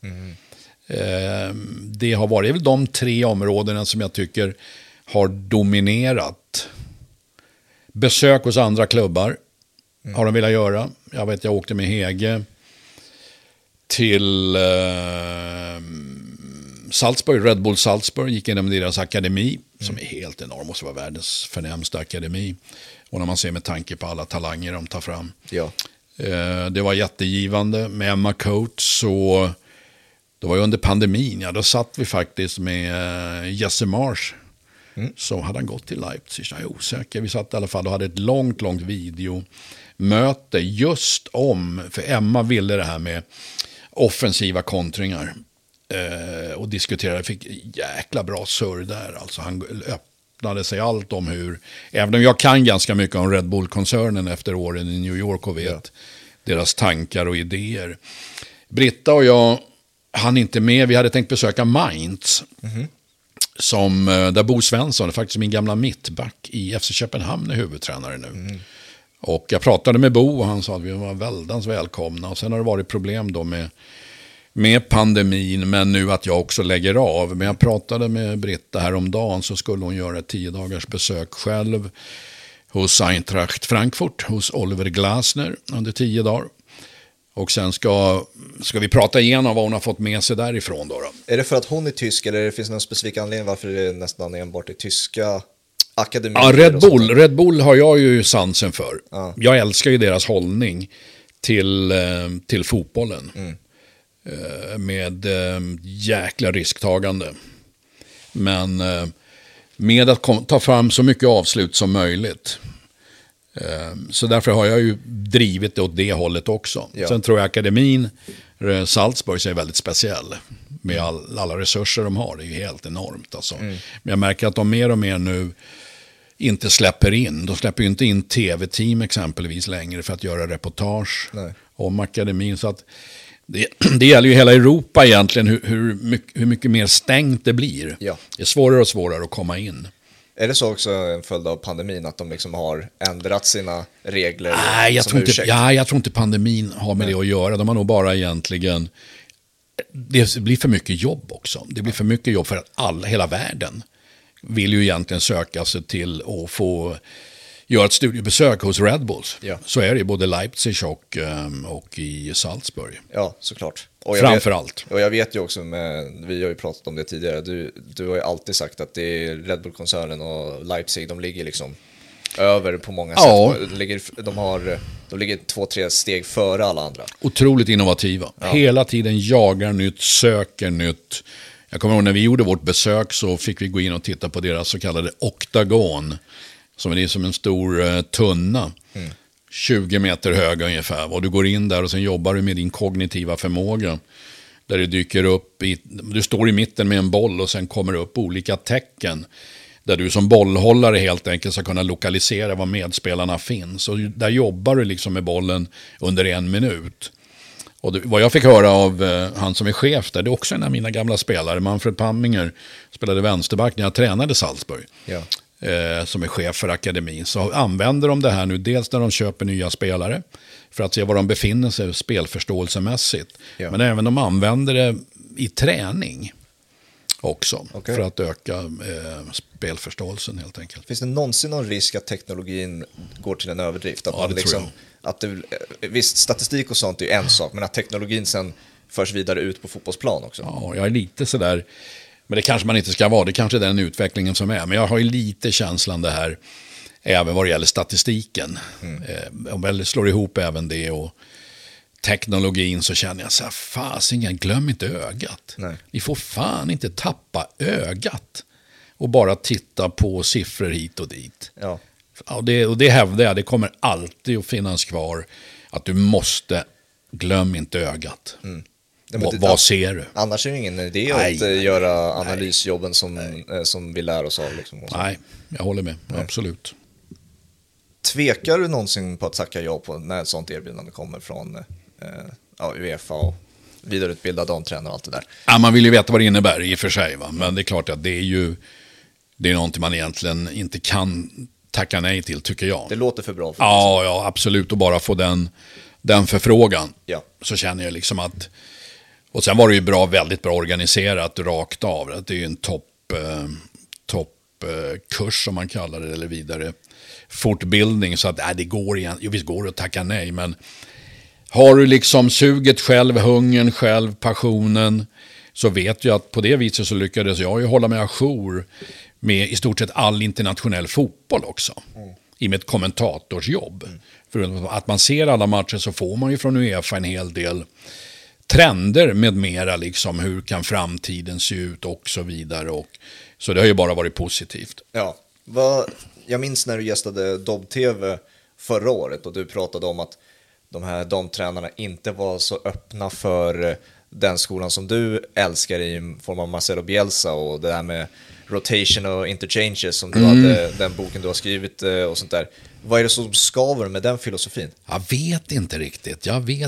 Det har varit väl de 3 områdena som jag tycker har dominerat. Besök hos andra klubbar har de velat göra. Jag åkte med Hege till Salzburg, Red Bull Salzburg, gick igenom deras akademi som är helt enorm och så var världens förnämsta akademi. Och när man ser med tanke på alla talanger de tar fram. Ja. Det var jättegivande med Emma Coates. Så det var ju under pandemin. Ja, då satt vi faktiskt med Jesse Marsh. Så hade han gått till Leipzig. Jag är osäker. Vi satt i alla fall och hade ett långt videomöte just om, för Emma ville det här med offensiva kontringar. Och diskuterade, fick jäkla bra surr där. Alltså han öppnade sig allt om hur, även om jag kan ganska mycket om Red Bull-koncernen efter åren i New York och vet deras tankar och idéer. Britta och jag hann inte med, vi hade tänkt besöka Mainz som, där Bo Svensson, faktiskt min gamla mittback i FC Köpenhamn är huvudtränare nu. Och jag pratade med Bo och han sa att vi var väldans välkomna och sen har det varit problem då med pandemin, men nu att jag också lägger av. Men jag pratade med Britta häromdagen så skulle hon göra ett 10 dagars besök själv hos Eintracht Frankfurt, hos Oliver Glasner under 10 dagar. Och sen ska vi prata igenom vad hon har fått med sig därifrån då. Är det för att hon är tysk eller finns det någon specifik anledning varför det är nästan enbart i tyska akademier? Ja, Red Bull har jag ju sansen för. Ja. Jag älskar ju deras hållning till fotbollen. Med jäkla risktagande. Men med att ta fram så mycket avslut som möjligt. Så därför har jag ju drivit det åt det hållet också. Ja. Sen tror jag akademin Salzburg är väldigt speciell. Med alla resurser de har. Det är ju helt enormt alltså. Men jag märker att de mer och mer nu inte släpper in. De släpper ju inte in tv-team exempelvis längre för att göra reportage om akademin. Så att det gäller ju hela Europa egentligen hur mycket mer stängt det blir. Ja. Det är svårare och svårare att komma in. Är det så också en följd av pandemin att de liksom har ändrat sina regler? Nej, jag tror inte pandemin har med det att göra. De har nog bara egentligen, det blir för mycket jobb också. Det blir för mycket jobb för att hela världen vill ju egentligen söka sig till och få gör ett studiebesök hos Red Bulls. Ja. Så är det i både Leipzig och i Salzburg. Ja, såklart. Och Framförallt. Och jag vet ju också, vi har ju pratat om det tidigare, du har ju alltid sagt att det är Red Bull-koncernen och Leipzig, de ligger liksom över på många sätt. De ligger 2-3 steg före alla andra. Otroligt innovativa. Ja. Hela tiden jagar nytt, söker nytt. Jag kommer ihåg när vi gjorde vårt besök så fick vi gå in och titta på deras så kallade oktagon. Som är som en stor tunna. 20 meter hög ungefär. Och du går in där och sen jobbar du med din kognitiva förmåga. Där det dyker upp, du står i mitten med en boll och sen kommer det upp olika tecken. Där du som bollhållare helt enkelt ska kunna lokalisera var medspelarna finns. Och där jobbar du liksom med bollen under 1 minut. Och vad jag fick höra av han som är chef där, det är också en av mina gamla spelare, Manfred Pamminger, spelade vänsterback när jag tränade Salzburg. Ja. Som är chef för akademin. Så använder de det här nu, dels när de köper nya spelare, för att se var de befinner sig spelförståelsemässigt. Ja. Men även de använder det i träning också, för att öka spelförståelsen helt enkelt. Finns det någonsin någon risk att teknologin går till en överdrift? Att man liksom, visst, statistik och sånt är en sak, men att teknologin sen förs vidare ut på fotbollsplan också. Ja, jag är lite sådär, men det kanske man inte ska vara, det kanske är den utvecklingen som är. Men jag har ju lite känslan det här, även vad det gäller statistiken. Om jag slår ihop även det och teknologin, så känner jag så här, fasingen, glöm inte ögat. Nej. Ni får fan inte tappa ögat och bara titta på siffror hit och dit. Ja. Och det hävdar jag, det kommer alltid att finnas kvar, att du måste, glöm inte ögat. Vad ser du? Annars är det ingen idé att göra analysjobben som vi lär oss av. Liksom, nej, jag håller med, absolut. Tvekar du någonsin på att tacka ja på när ett sånt erbjudande kommer från UEFA och vidareutbildad damtränare och allt det där? Ja, man vill ju veta vad det innebär i och för sig, va? Men det är klart att det är någonting man egentligen inte kan tacka nej till, tycker jag. Det låter för bra för ja, absolut, och bara få den förfrågan. Ja. Så känner jag liksom att, och sen var det ju väldigt bra organiserat rakt av. Att det är ju en toppkurs som man kallar det, eller vidare fortbildning, så att det går igen. Jo, visst går det att tacka nej, men har du liksom suget själv, hungern själv, passionen, så vet jag att på det viset så lyckades jag ju hålla mig ajour med i stort sett all internationell fotboll också. I mitt kommentatorsjobb. För att man ser alla matcher så får man ju från UEFA en hel del trender med mera, liksom hur kan framtiden se ut och så vidare. Så det har ju bara varit positivt. Ja, jag minns när du gästade Dobb-TV förra året och du pratade om att de här damtränarna inte var så öppna för den skolan som du älskar i form av Marcelo Bielsa och det här med rotation och interchanges som du hade, den boken du har skrivit och sånt där. Vad är det som skaver med den filosofin? Jag vet inte riktigt.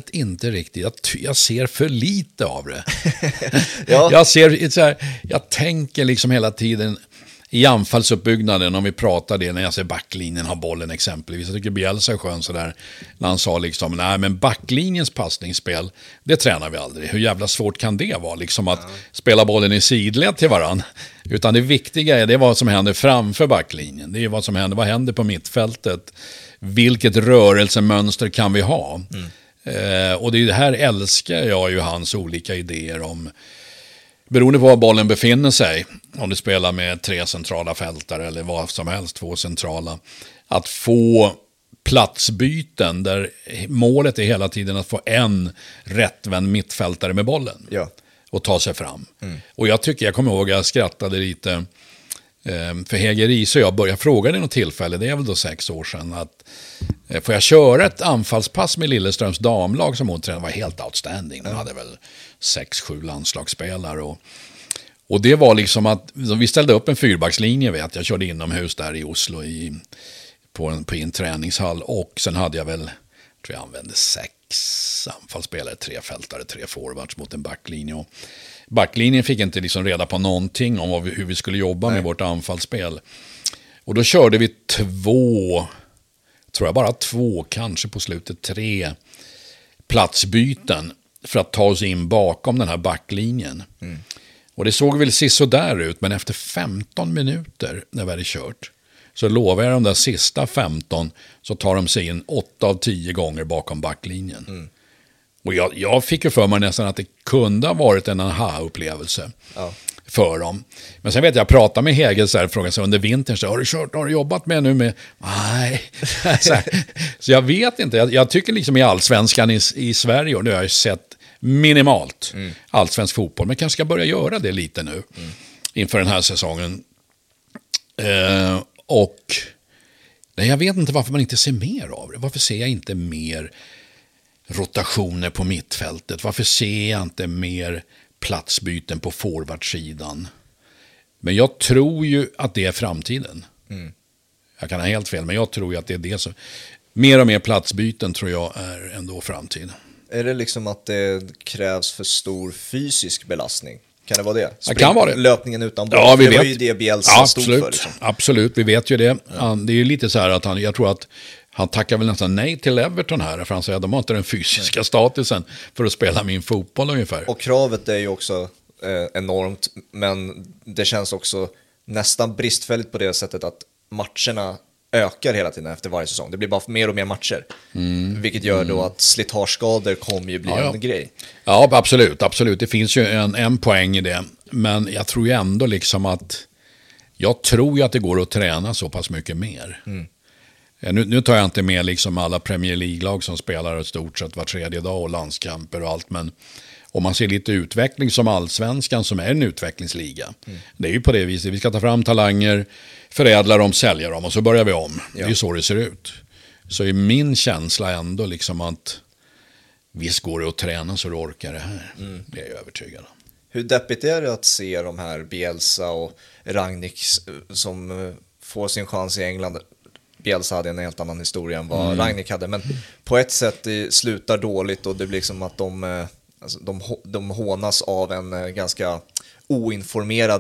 Jag ser för lite av det. Ja. Jag tänker liksom hela tiden i anfallsuppbyggnaden, om vi pratar det när jag ser backlinjen ha bollen exempelvis. Jag tycker Bielsa är skön sådär när han sa liksom, nej men backlinjens passningsspel, det tränar vi aldrig. Hur jävla svårt kan det vara liksom att spela bollen i sidled till varann? Utan det viktiga är vad som händer framför backlinjen. Det är vad händer på mittfältet? Vilket rörelsemönster kan vi ha? Och det här älskar jag ju, hans olika idéer om, beroende på var bollen befinner sig, om du spelar med 3 centrala fältare eller vad som helst, 2 centrala, att få platsbyten där målet är hela tiden att få en rättvänd mittfältare med bollen och ta sig fram. Och jag kommer ihåg att jag skrattade lite för Hege Riise och jag frågade i något tillfälle, det är väl då 6 år sedan, att får jag köra ett anfallspass med Lilleströms damlag som hon tränade, var helt outstanding. De hade väl 6-7 landslagsspelare och det var liksom att vi ställde upp en 4-backslinje, vet jag körde inomhus där i Oslo på en träningshall, och sen hade jag tror jag använde 6 anfallsspelare, 3 fältare, 3 forwards mot en backlinje, och backlinjen fick inte liksom reda på någonting om hur vi skulle jobba med vårt anfallsspel. Och då körde vi 2, kanske på slutet 3 platsbyten för att ta oss in bakom den här backlinjen. Och det såg väl så där ut, men efter 15 minuter när vi hade kört så lovar jag de där sista 15 så tar de sig in 8 av 10 gånger bakom backlinjen. Och jag fick ju för mig nästan att det kunde ha varit en aha-upplevelse för dem. Men sen vet jag pratade med Hegel så här, frågade sig under vintern, så har du jobbat med nu med? Nej. Så jag vet inte, jag tycker liksom i allsvenskan i Sverige, och nu har jag sett minimalt allsvensk fotboll, men kanske ska börja göra det lite nu inför den här säsongen. Och nej, jag vet inte varför man inte ser mer av det. Varför ser jag inte mer rotationer på mittfältet? Varför ser jag inte mer platsbyten på forwardsidan? Men jag tror ju att det är framtiden. Jag kan ha helt fel, men jag tror ju att det är det som... Mer och mer platsbyten tror jag är ändå framtiden. Är det liksom att det krävs för stor fysisk belastning? Kan det vara det? Det kan vara det. Löpningen utan boll. Ja, vi det vet. var ju det Bielsa stod för. Liksom. Absolut, vi vet ju det. Det är ju lite så här att jag tror att han tackar väl nästan nej till Everton här, för han säger att de har inte den fysiska statusen för att spela min fotboll ungefär. Och kravet är ju också enormt, men det känns också nästan bristfälligt på det sättet att matcherna ökar hela tiden efter varje säsong. Det blir bara mer och mer matcher. Vilket gör då att slitageskador kommer ju bli en grej. Ja, absolut. Det finns ju en poäng i det. Men jag tror ju ändå liksom att jag tror ju att det går att träna så pass mycket mer. Nu tar jag inte med liksom alla Premier League-lag som spelar ett stort sett var tredje dag och landskamper och allt, men om man ser lite utveckling som allsvenskan som är en utvecklingsliga. Det är ju på det viset, vi ska ta fram talanger, förädla dem, sälja dem och så börjar vi om. Det är ju så det ser ut. Så är min känsla ändå liksom att visst går det att träna så du orkar det här. Det är jag övertygad om. Hur deppigt är det att se de här Bielsa och Rangnick som får sin chans i England? Bielsa hade en helt annan historia än vad Rangnick hade, men på ett sätt det slutar dåligt och det blir liksom att de hånas av en ganska oinformerad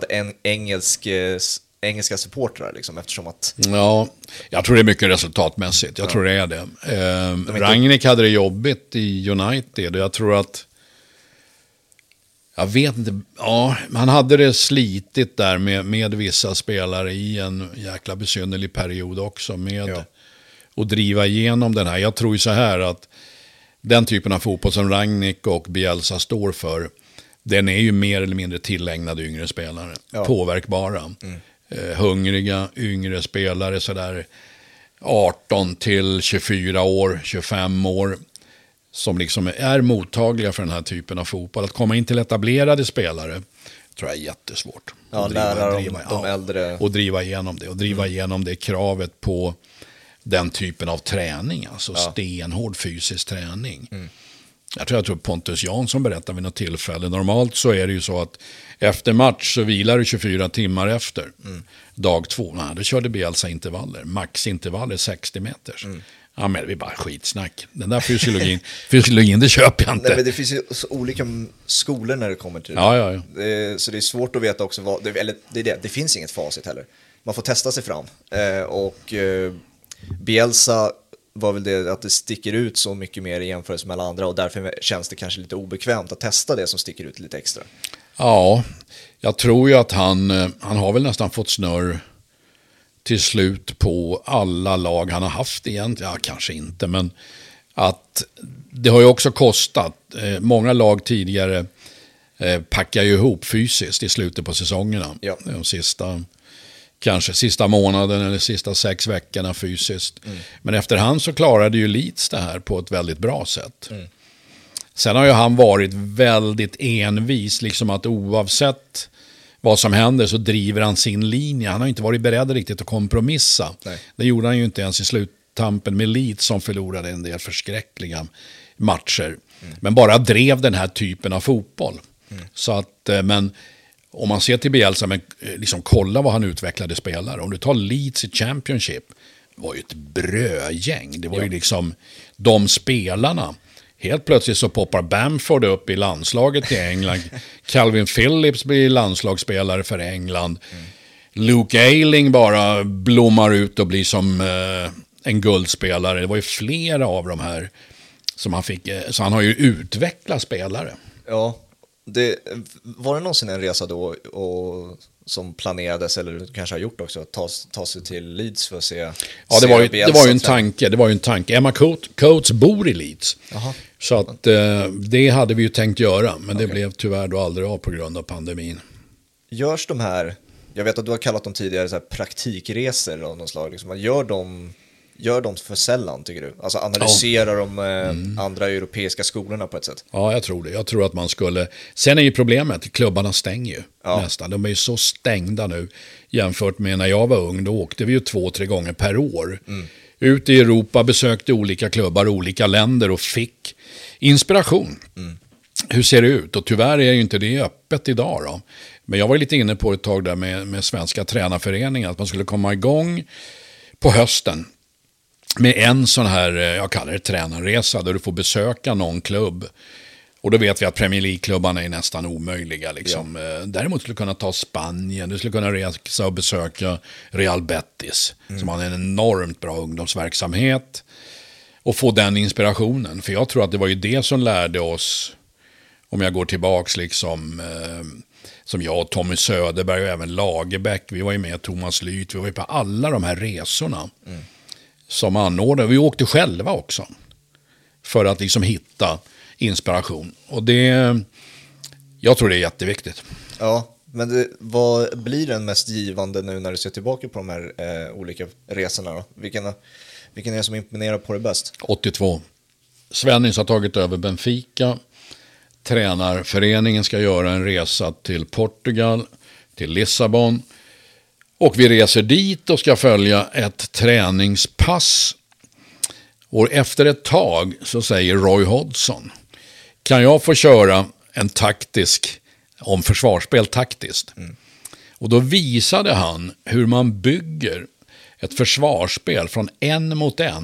engelska supportrar liksom, eftersom att... Ja, jag tror det är mycket resultatmässigt. Jag tror det är det. Rangnick hade det jobbigt i United och jag tror att jag vet inte, han hade det slitigt där med vissa spelare i en jäkla besynnerlig period också med att driva igenom den här. Jag tror ju så här att den typen av fotboll som Rangnick och Bielsa står för, den är ju mer eller mindre tillägnad yngre spelare. Påverkbara. Hungriga yngre spelare sådär 18 till 24 år, 25 år som liksom är mottagliga för den här typen av fotboll. Att komma in till etablerade spelare tror jag är jättesvårt. Lära de äldre. Och driva igenom det. Och driva igenom det kravet på den typen av träning. Alltså stenhård fysisk träning. Jag tror Pontus Jansson berättar vid något tillfälle. Normalt så är det ju så att efter match så vilar du 24 timmar efter. Dag 2, då körde Bielsa intervaller. Maxintervaller 60 meters. Ja, men det är bara skitsnack. Den där fysiologin det köper jag inte. Nej, men det finns ju så olika skolor när det kommer till det. Ja. Så det är svårt att veta också det finns inget facit heller. Man får testa sig fram. Och Bielsa var väl det att det sticker ut så mycket mer i jämförelse med alla andra och därför känns det kanske lite obekvämt att testa det som sticker ut lite extra. Ja, jag tror ju att han har väl nästan fått snurr till slut på alla lag han har haft egentligen. Ja, kanske inte, men att det har ju också kostat. Många lag tidigare packar ju ihop fysiskt i slutet på säsongerna. De sista månaden eller sista 6 veckorna fysiskt. Men efterhand så klarade ju Leeds det här på ett väldigt bra sätt. Sen har ju han varit väldigt envis, liksom att oavsett vad som händer så driver han sin linje. Han har inte varit beredd riktigt att kompromissa. Nej. Det gjorde han ju inte ens i sluttampen med Leeds som förlorade en del förskräckliga matcher. Men bara drev den här typen av fotboll. Så att, men om man ser till Bielsa, men liksom kolla vad han utvecklade spelare. Om du tar Leeds i Championship, det var ju ett brödgäng. Det var ju liksom de spelarna. Helt plötsligt så poppar Bamford upp i landslaget i England. Calvin Phillips blir landslagsspelare för England. Luke Ayling bara blommar ut och blir som en guldspelare. Det var ju flera av de här som han fick. Så han har ju utvecklat spelare. Ja, var det någonsin en resa då och som planerades, eller du kanske har gjort också, att ta sig till Leeds för att se. Ja, det var ju en tanke. Emma Coates bor i Leeds. Aha. Så att det hade vi ju tänkt göra, men det blev tyvärr då aldrig av på grund av pandemin. Görs de här, jag vet att du har kallat dem tidigare så här praktikresor av något slag, liksom, gör de för sällan, tycker du? Alltså analyserar de andra europeiska skolorna på ett sätt? Ja, jag tror det. Jag tror att man skulle... Sen är ju problemet, klubbarna stänger ju nästan. De är ju så stängda nu jämfört med när jag var ung. Då åkte vi ju 2-3 gånger per år. Ut i Europa, besökte olika klubbar, olika länder och fick inspiration. Hur ser det ut? Och tyvärr är ju inte det öppet idag då. Men jag var lite inne på ett tag där med Svenska tränarföreningen, att man skulle komma igång på hösten med en sån här, jag kallar det tränarresa, där du får besöka någon klubb. Och då vet vi att Premier League-klubbarna är nästan omöjliga. Liksom. Ja. Däremot skulle du kunna ta Spanien, du skulle kunna resa och besöka Real Betis, som har en enormt bra ungdomsverksamhet, och få den inspirationen. För jag tror att det var ju det som lärde oss, om jag går tillbaks liksom... som jag och Tommy Söderberg och även Lagerbäck, vi var ju med Thomas Lyth, vi var ju på alla de här resorna som anordnade. Vi åkte själva också för att liksom hitta inspiration. Och jag tror det är jätteviktigt. Ja, men vad blir den mest givande nu när du ser tillbaka på de här olika resorna då? Vilken är det som imponerar på det bäst? 82. Svennis har tagit över Benfica. Tränarföreningen ska göra en resa till Portugal, till Lissabon. Och vi reser dit och ska följa ett träningspass. Och efter ett tag så säger Roy Hodgson: kan jag få köra en taktisk, om försvarsspel taktiskt? Och då visade han hur man bygger ett försvarsspel från 1 mot 1,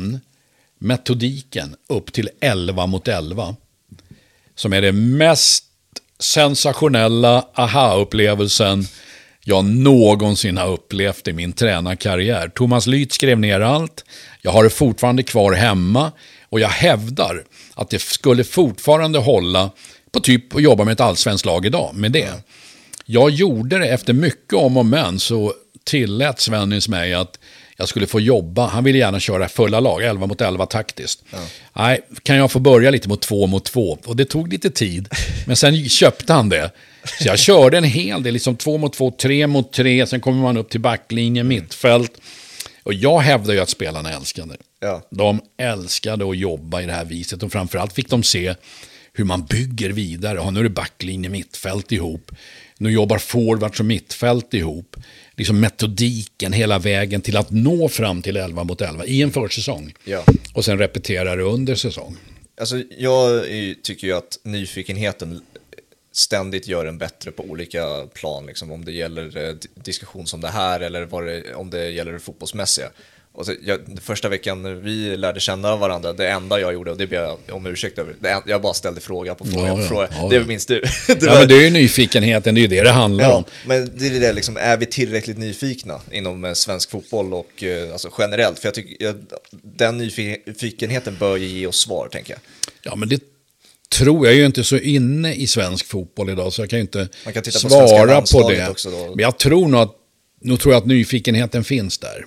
metodiken, upp till 11 mot 11. Som är det mest sensationella aha-upplevelsen jag någonsin har upplevt i min tränarkarriär. Thomas Lyth skrev ner allt. Jag har det fortfarande kvar hemma. Och jag hävdar att det skulle fortfarande hålla på typ att jobba med ett allsvenskt lag idag med det. Jag gjorde det efter mycket om och men, så tillät Svennis mig att jag skulle få jobba. Han ville gärna köra fulla lag, 11 mot 11 taktiskt. Ja. Nej, kan jag få börja lite mot 2 mot 2? Och det tog lite tid. Men sen köpte han det. Så jag körde en hel del, liksom 2 mot 2, 3 mot 3. Sen kommer man upp till backlinjen, mittfält. Och jag hävdar ju att spelarna älskade. Ja. De älskade att jobba i det här viset. Och framförallt fick de se hur man bygger vidare. Och nu är det backlinje, mittfält ihop. Nu jobbar forwards och mittfält ihop. Liksom metodiken hela vägen till att nå fram till 11 mot 11 i en försäsong. Ja. Och sen repetera det under säsong. Alltså, jag tycker ju att nyfikenheten ständigt gör en bättre på olika plan. Liksom, om det gäller diskussion som det här eller om det gäller det fotbollsmässiga. Och så, första veckan vi lärde känna varandra, det enda jag gjorde, och det ber jag om ursäkt över, jag bara ställde fråga på fråga. Det minns du. Men det är ju nyfikenheten, det är ju det handlar om. Men det är det liksom, är vi tillräckligt nyfikna inom svensk fotboll och alltså generellt? För jag tycker den nyfikenheten bör ge oss svar, tänker jag. Ja, men det tror jag ju inte så inne i svensk fotboll idag, så jag kan ju inte svara på det. Också då. Men jag tror nog att nyfikenheten finns där.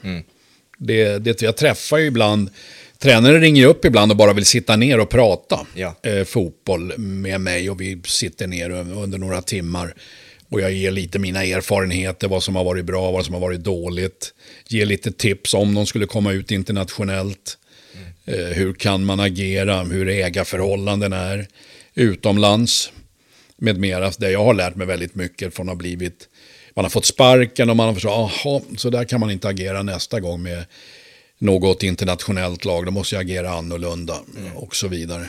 Jag träffar ju ibland, tränare ringer upp ibland och bara vill sitta ner och prata fotboll med mig, och vi sitter ner under några timmar och jag ger lite mina erfarenheter, vad som har varit bra, vad som har varit dåligt, ger lite tips om de skulle komma ut internationellt, hur kan man agera, hur ägarförhållanden är utomlands med mera. Där jag har lärt mig väldigt mycket från att ha blivit, man har fått sparken och man har förstått, så där kan man inte agera nästa gång med något internationellt lag. Då måste jag agera annorlunda och så vidare.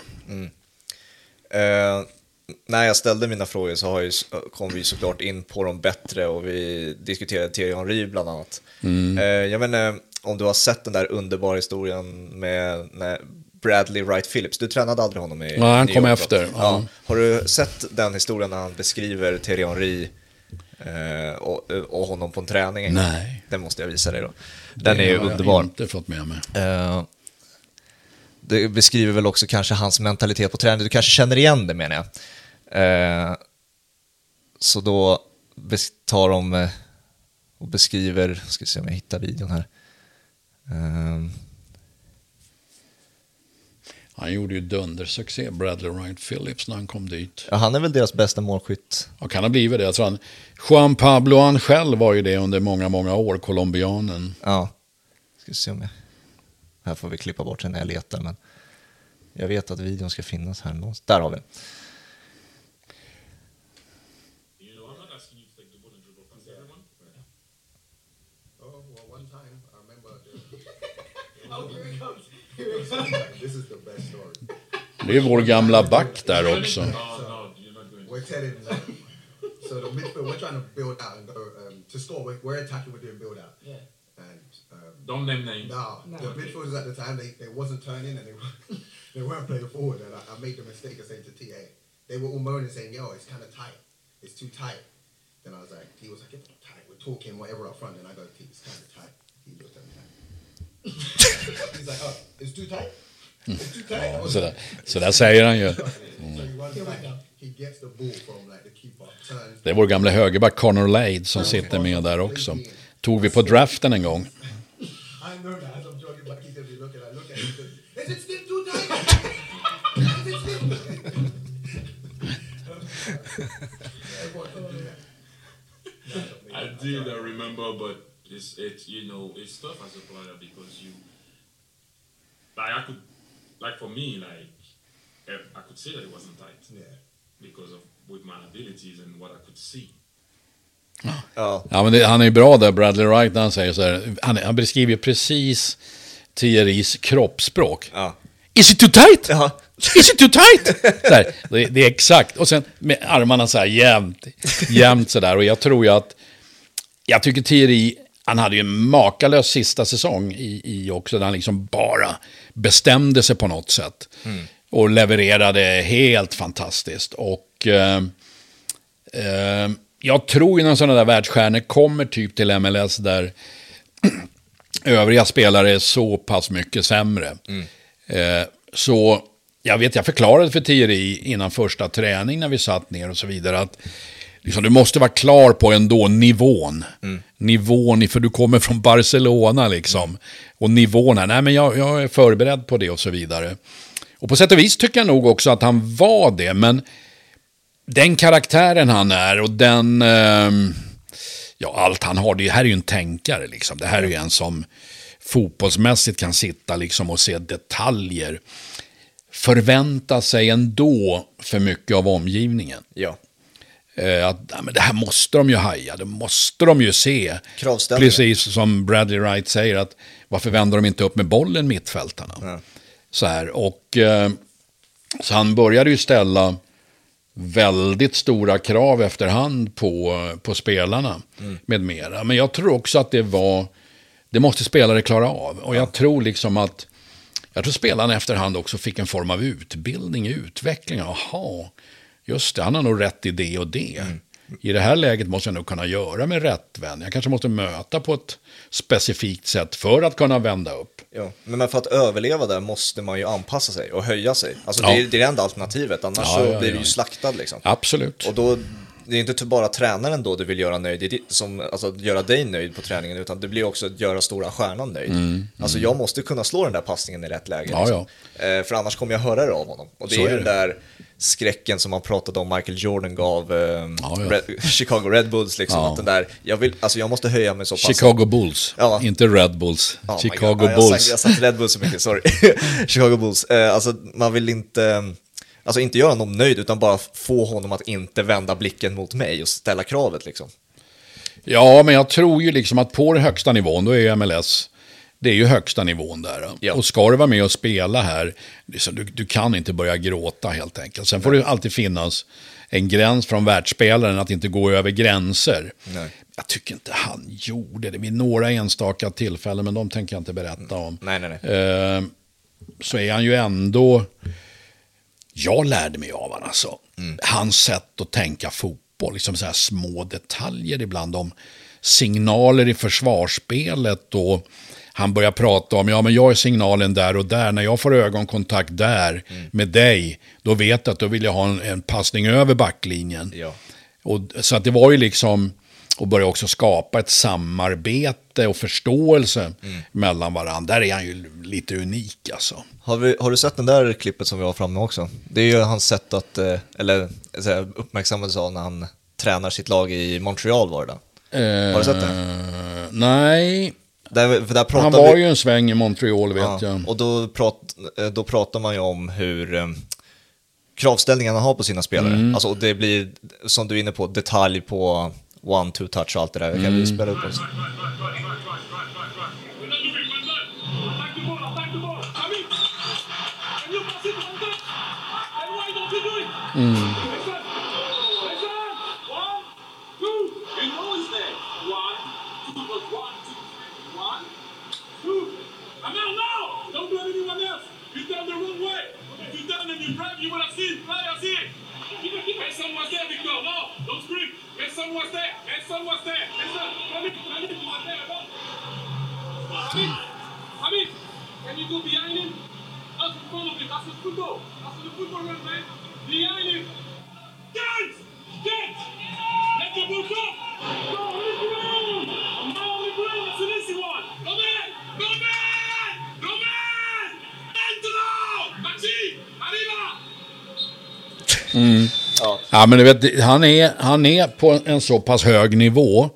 När jag ställde mina frågor så kom vi såklart in på de bättre, och vi diskuterade Thierry Henry bland annat. Jag vet inte om du har sett den där underbara historien med Bradley Wright Phillips. Du tränade aldrig honom i han kom efter. Ja. Har du sett den historien när han beskriver Thierry Henry och honom på en träning? Nej. Den måste jag visa dig då. Den är ju underbar. Jag har inte fått med mig. Det beskriver väl också kanske hans mentalitet på träning. Du kanske känner igen det, menar jag. Så då tar de och beskriver, ska se om jag hittar videon här. Han gjorde ju dundersuccé, Bradley Wright Phillips, när han kom dit. Ja, han är väl deras bästa målskytt. Ja, kan ha blivit det. Jag tror Juan Pablo Angel var ju det under många, många år, colombianen. Ja, ska se om jag... Här får vi klippa bort sen när jag letar, men jag vet att videon ska finnas här någonstans. Där har vi den. Det är vår gamla back där också. So the midfield, we're trying to build out and go to score. We're attacking, we're doing build out. Yeah. And don't name names. No. The midfielders at the time they wasn't turning and they weren't playing forward. And I made the mistake of saying to TA, they were all moaning saying, "Yo, it's kind of tight. It's too tight." Then I was like, he was like, "It's not tight. We're talking whatever up front." And I go, "It's kind of tight." He looked at me like, he's like, "Oh, it's too tight." It's too tight. Så där säger han ju. Det är vår gamla högerback Connor Lade som sitter med där också. Tog vi på draften en gång. I remember, but it's it's tough as a player because I could, like for me, like I could say that it wasn't tight, because of with my abilities and what I could see. Ja, men han är ju bra där, Bradley Wright, när han säger så här. Han beskriver precis Thierrys kroppsspråk. Ja. Is it too tight? Ja. Is it too tight? Där, det är exakt. Och sen med armarna så här jämnt så där. Och jag tror ju att jag tycker Thierry, han hade ju en makalös sista säsong i också, där han liksom bara bestämde sig på något sätt. Och levererade helt fantastiskt. Och jag tror ju när sådana där världsstjärnor kommer typ till MLS där övriga spelare är så pass mycket sämre. Så jag förklarade för Thierry innan första träning när vi satt ner och så vidare att liksom, du måste vara klar på ändå nivån. Nivån, för du kommer från Barcelona liksom. Och nivån här, nej men jag är förberedd på det och så vidare. Och på sätt och vis tycker jag nog också att han var det, men den karaktären han är och den, allt han har, det här är ju en tänkare liksom. Det här är ju en som fotbollsmässigt kan sitta liksom och se detaljer. Förvänta sig ändå för mycket av omgivningen. Ja. Men det här måste de ju haja, det måste de ju se. Precis som Bradley Wright säger, att varför vänder de inte upp med bollen, mittfältarna? Ja. Så här, och så han började ju ställa väldigt stora krav efterhand på spelarna med mera. Men jag tror också att det måste spelare klara av. Och jag tror liksom att spelarna efterhand också fick en form av utbildning, utveckling. Jaha, just det, han har nog rätt i det och det. I det här läget måste jag nog kunna göra med rätt vän. Jag kanske måste möta på ett specifikt sätt för att kunna vända upp. Ja, men för att överleva där måste man ju anpassa sig och höja sig. Alltså det är det enda alternativet, annars så blir du ju slaktad liksom. Absolut. Och då, det är inte bara tränaren då du vill göra nöjd, alltså göra dig nöjd på träningen, utan det blir också att göra stora stjärnan nöjd. Alltså jag måste kunna slå den där passningen i rätt läge. Liksom. För annars kommer jag höra det av honom. Och det är ju den där skräcken som man pratade om Michael Jordan gav Chicago Red Bulls liksom, att den där, jag måste höja mig så pass. Chicago Bulls, inte Red Bulls. Chicago Bulls. Jag satt Red Bulls så mycket, sorry. Chicago Bulls. Alltså man vill inte göra honom nöjd, utan bara få honom att inte vända blicken mot mig och ställa kravet liksom. Ja, men jag tror ju liksom att på den högsta nivån, då är ju MLS, det är ju högsta nivån där. Ja. Och ska du vara med och spela här, du kan inte börja gråta helt enkelt. Sen får det alltid finnas en gräns från världsspelaren att inte gå över gränser. Nej. Jag tycker inte han gjorde det vid några enstaka tillfällen, men de tänker jag inte berätta om. Nej. Så är han ju ändå... Jag lärde mig av honom alltså. Hans sätt att tänka fotboll, liksom så här små detaljer ibland om signaler i försvarsspelet, och han börjar prata om, men jag är signalen där och där, när jag får ögonkontakt där med dig, då vet jag att då vill jag ha en passning över backlinjen. Ja. Och så att det var ju liksom, och börjar också skapa ett samarbete och förståelse mellan varandra. Där är han ju lite unik alltså. Har du sett den där klippet som vi har framme också? Det är ju hans sätt att, eller uppmärksammades av när han tränar sitt lag i Montreal var det där. Har du sett det? Nej. Där han var ju en sväng i Montreal, vet jag. Och då pratar man ju om hur kravställningarna har på sina spelare. Alltså, och det blir, som du är inne på, detalj på 1-2 touch och allt det där. Kan vi spela upp oss? Can you go behind him? That's in front of him. That's the football. That's the football run, man. Behind him. Dance! Dance! Let the ball go! Go on the ground! A man on the ground. That's an easy one. Go man! Go man! Go man! Entro! Maxi! Arriba! Ja, men du vet, han är på en så pass hög nivå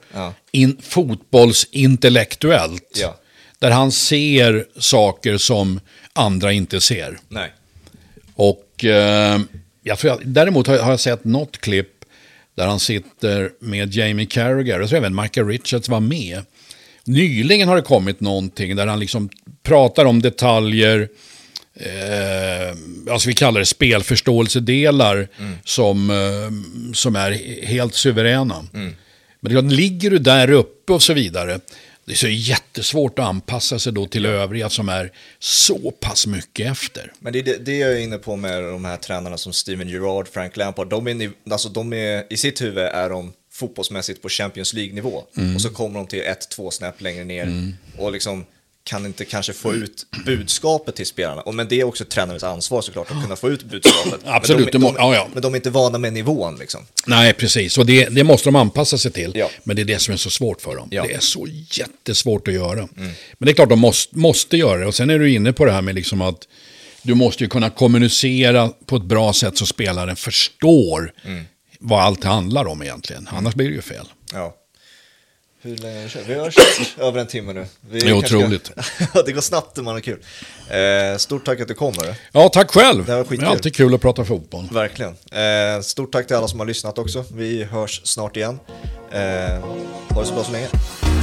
fotbollsintellektuellt. Ja. Där han ser saker som andra inte ser. Nej. Och däremot har jag sett något klipp där han sitter med Jamie Carragher. Jag tror även Michael Richards var med. Nyligen har det kommit någonting där han liksom pratar om detaljer, alltså vi kallar det spelförståelsedelar som är helt suveräna. Men det ligger du där uppe och så vidare. Det är så jättesvårt att anpassa sig då till övriga som är så pass mycket efter. Men det jag är inne på med de här tränarna som Steven Gerrard, Frank Lampard. De är, i sitt huvud är de fotbollsmässigt på Champions League-nivå. Och så kommer de till 1-2 snäpp längre ner. Och liksom kan inte kanske få ut budskapet till spelarna. Men det är också tränarens ansvar såklart att kunna få ut budskapet. Absolut. Men de är inte vana med nivån liksom. Nej, precis. Och det måste de anpassa sig till. Ja. Men det är det som är så svårt för dem. Ja. Det är så jättesvårt att göra. Men det är klart de måste göra det. Och sen är du inne på det här med liksom att du måste ju kunna kommunicera på ett bra sätt så spelaren förstår vad allt handlar om egentligen. Annars blir det ju fel. Ja. Hur länge har vi har kört över en timme nu. Det är otroligt. Det går snabbt när man har kul. Stort tack att du kommer. Ja, tack själv. Det är alltid kul att prata fotboll. Verkligen. Stort tack till alla som har lyssnat också. Vi hörs snart igen. Ha det så bra så länge.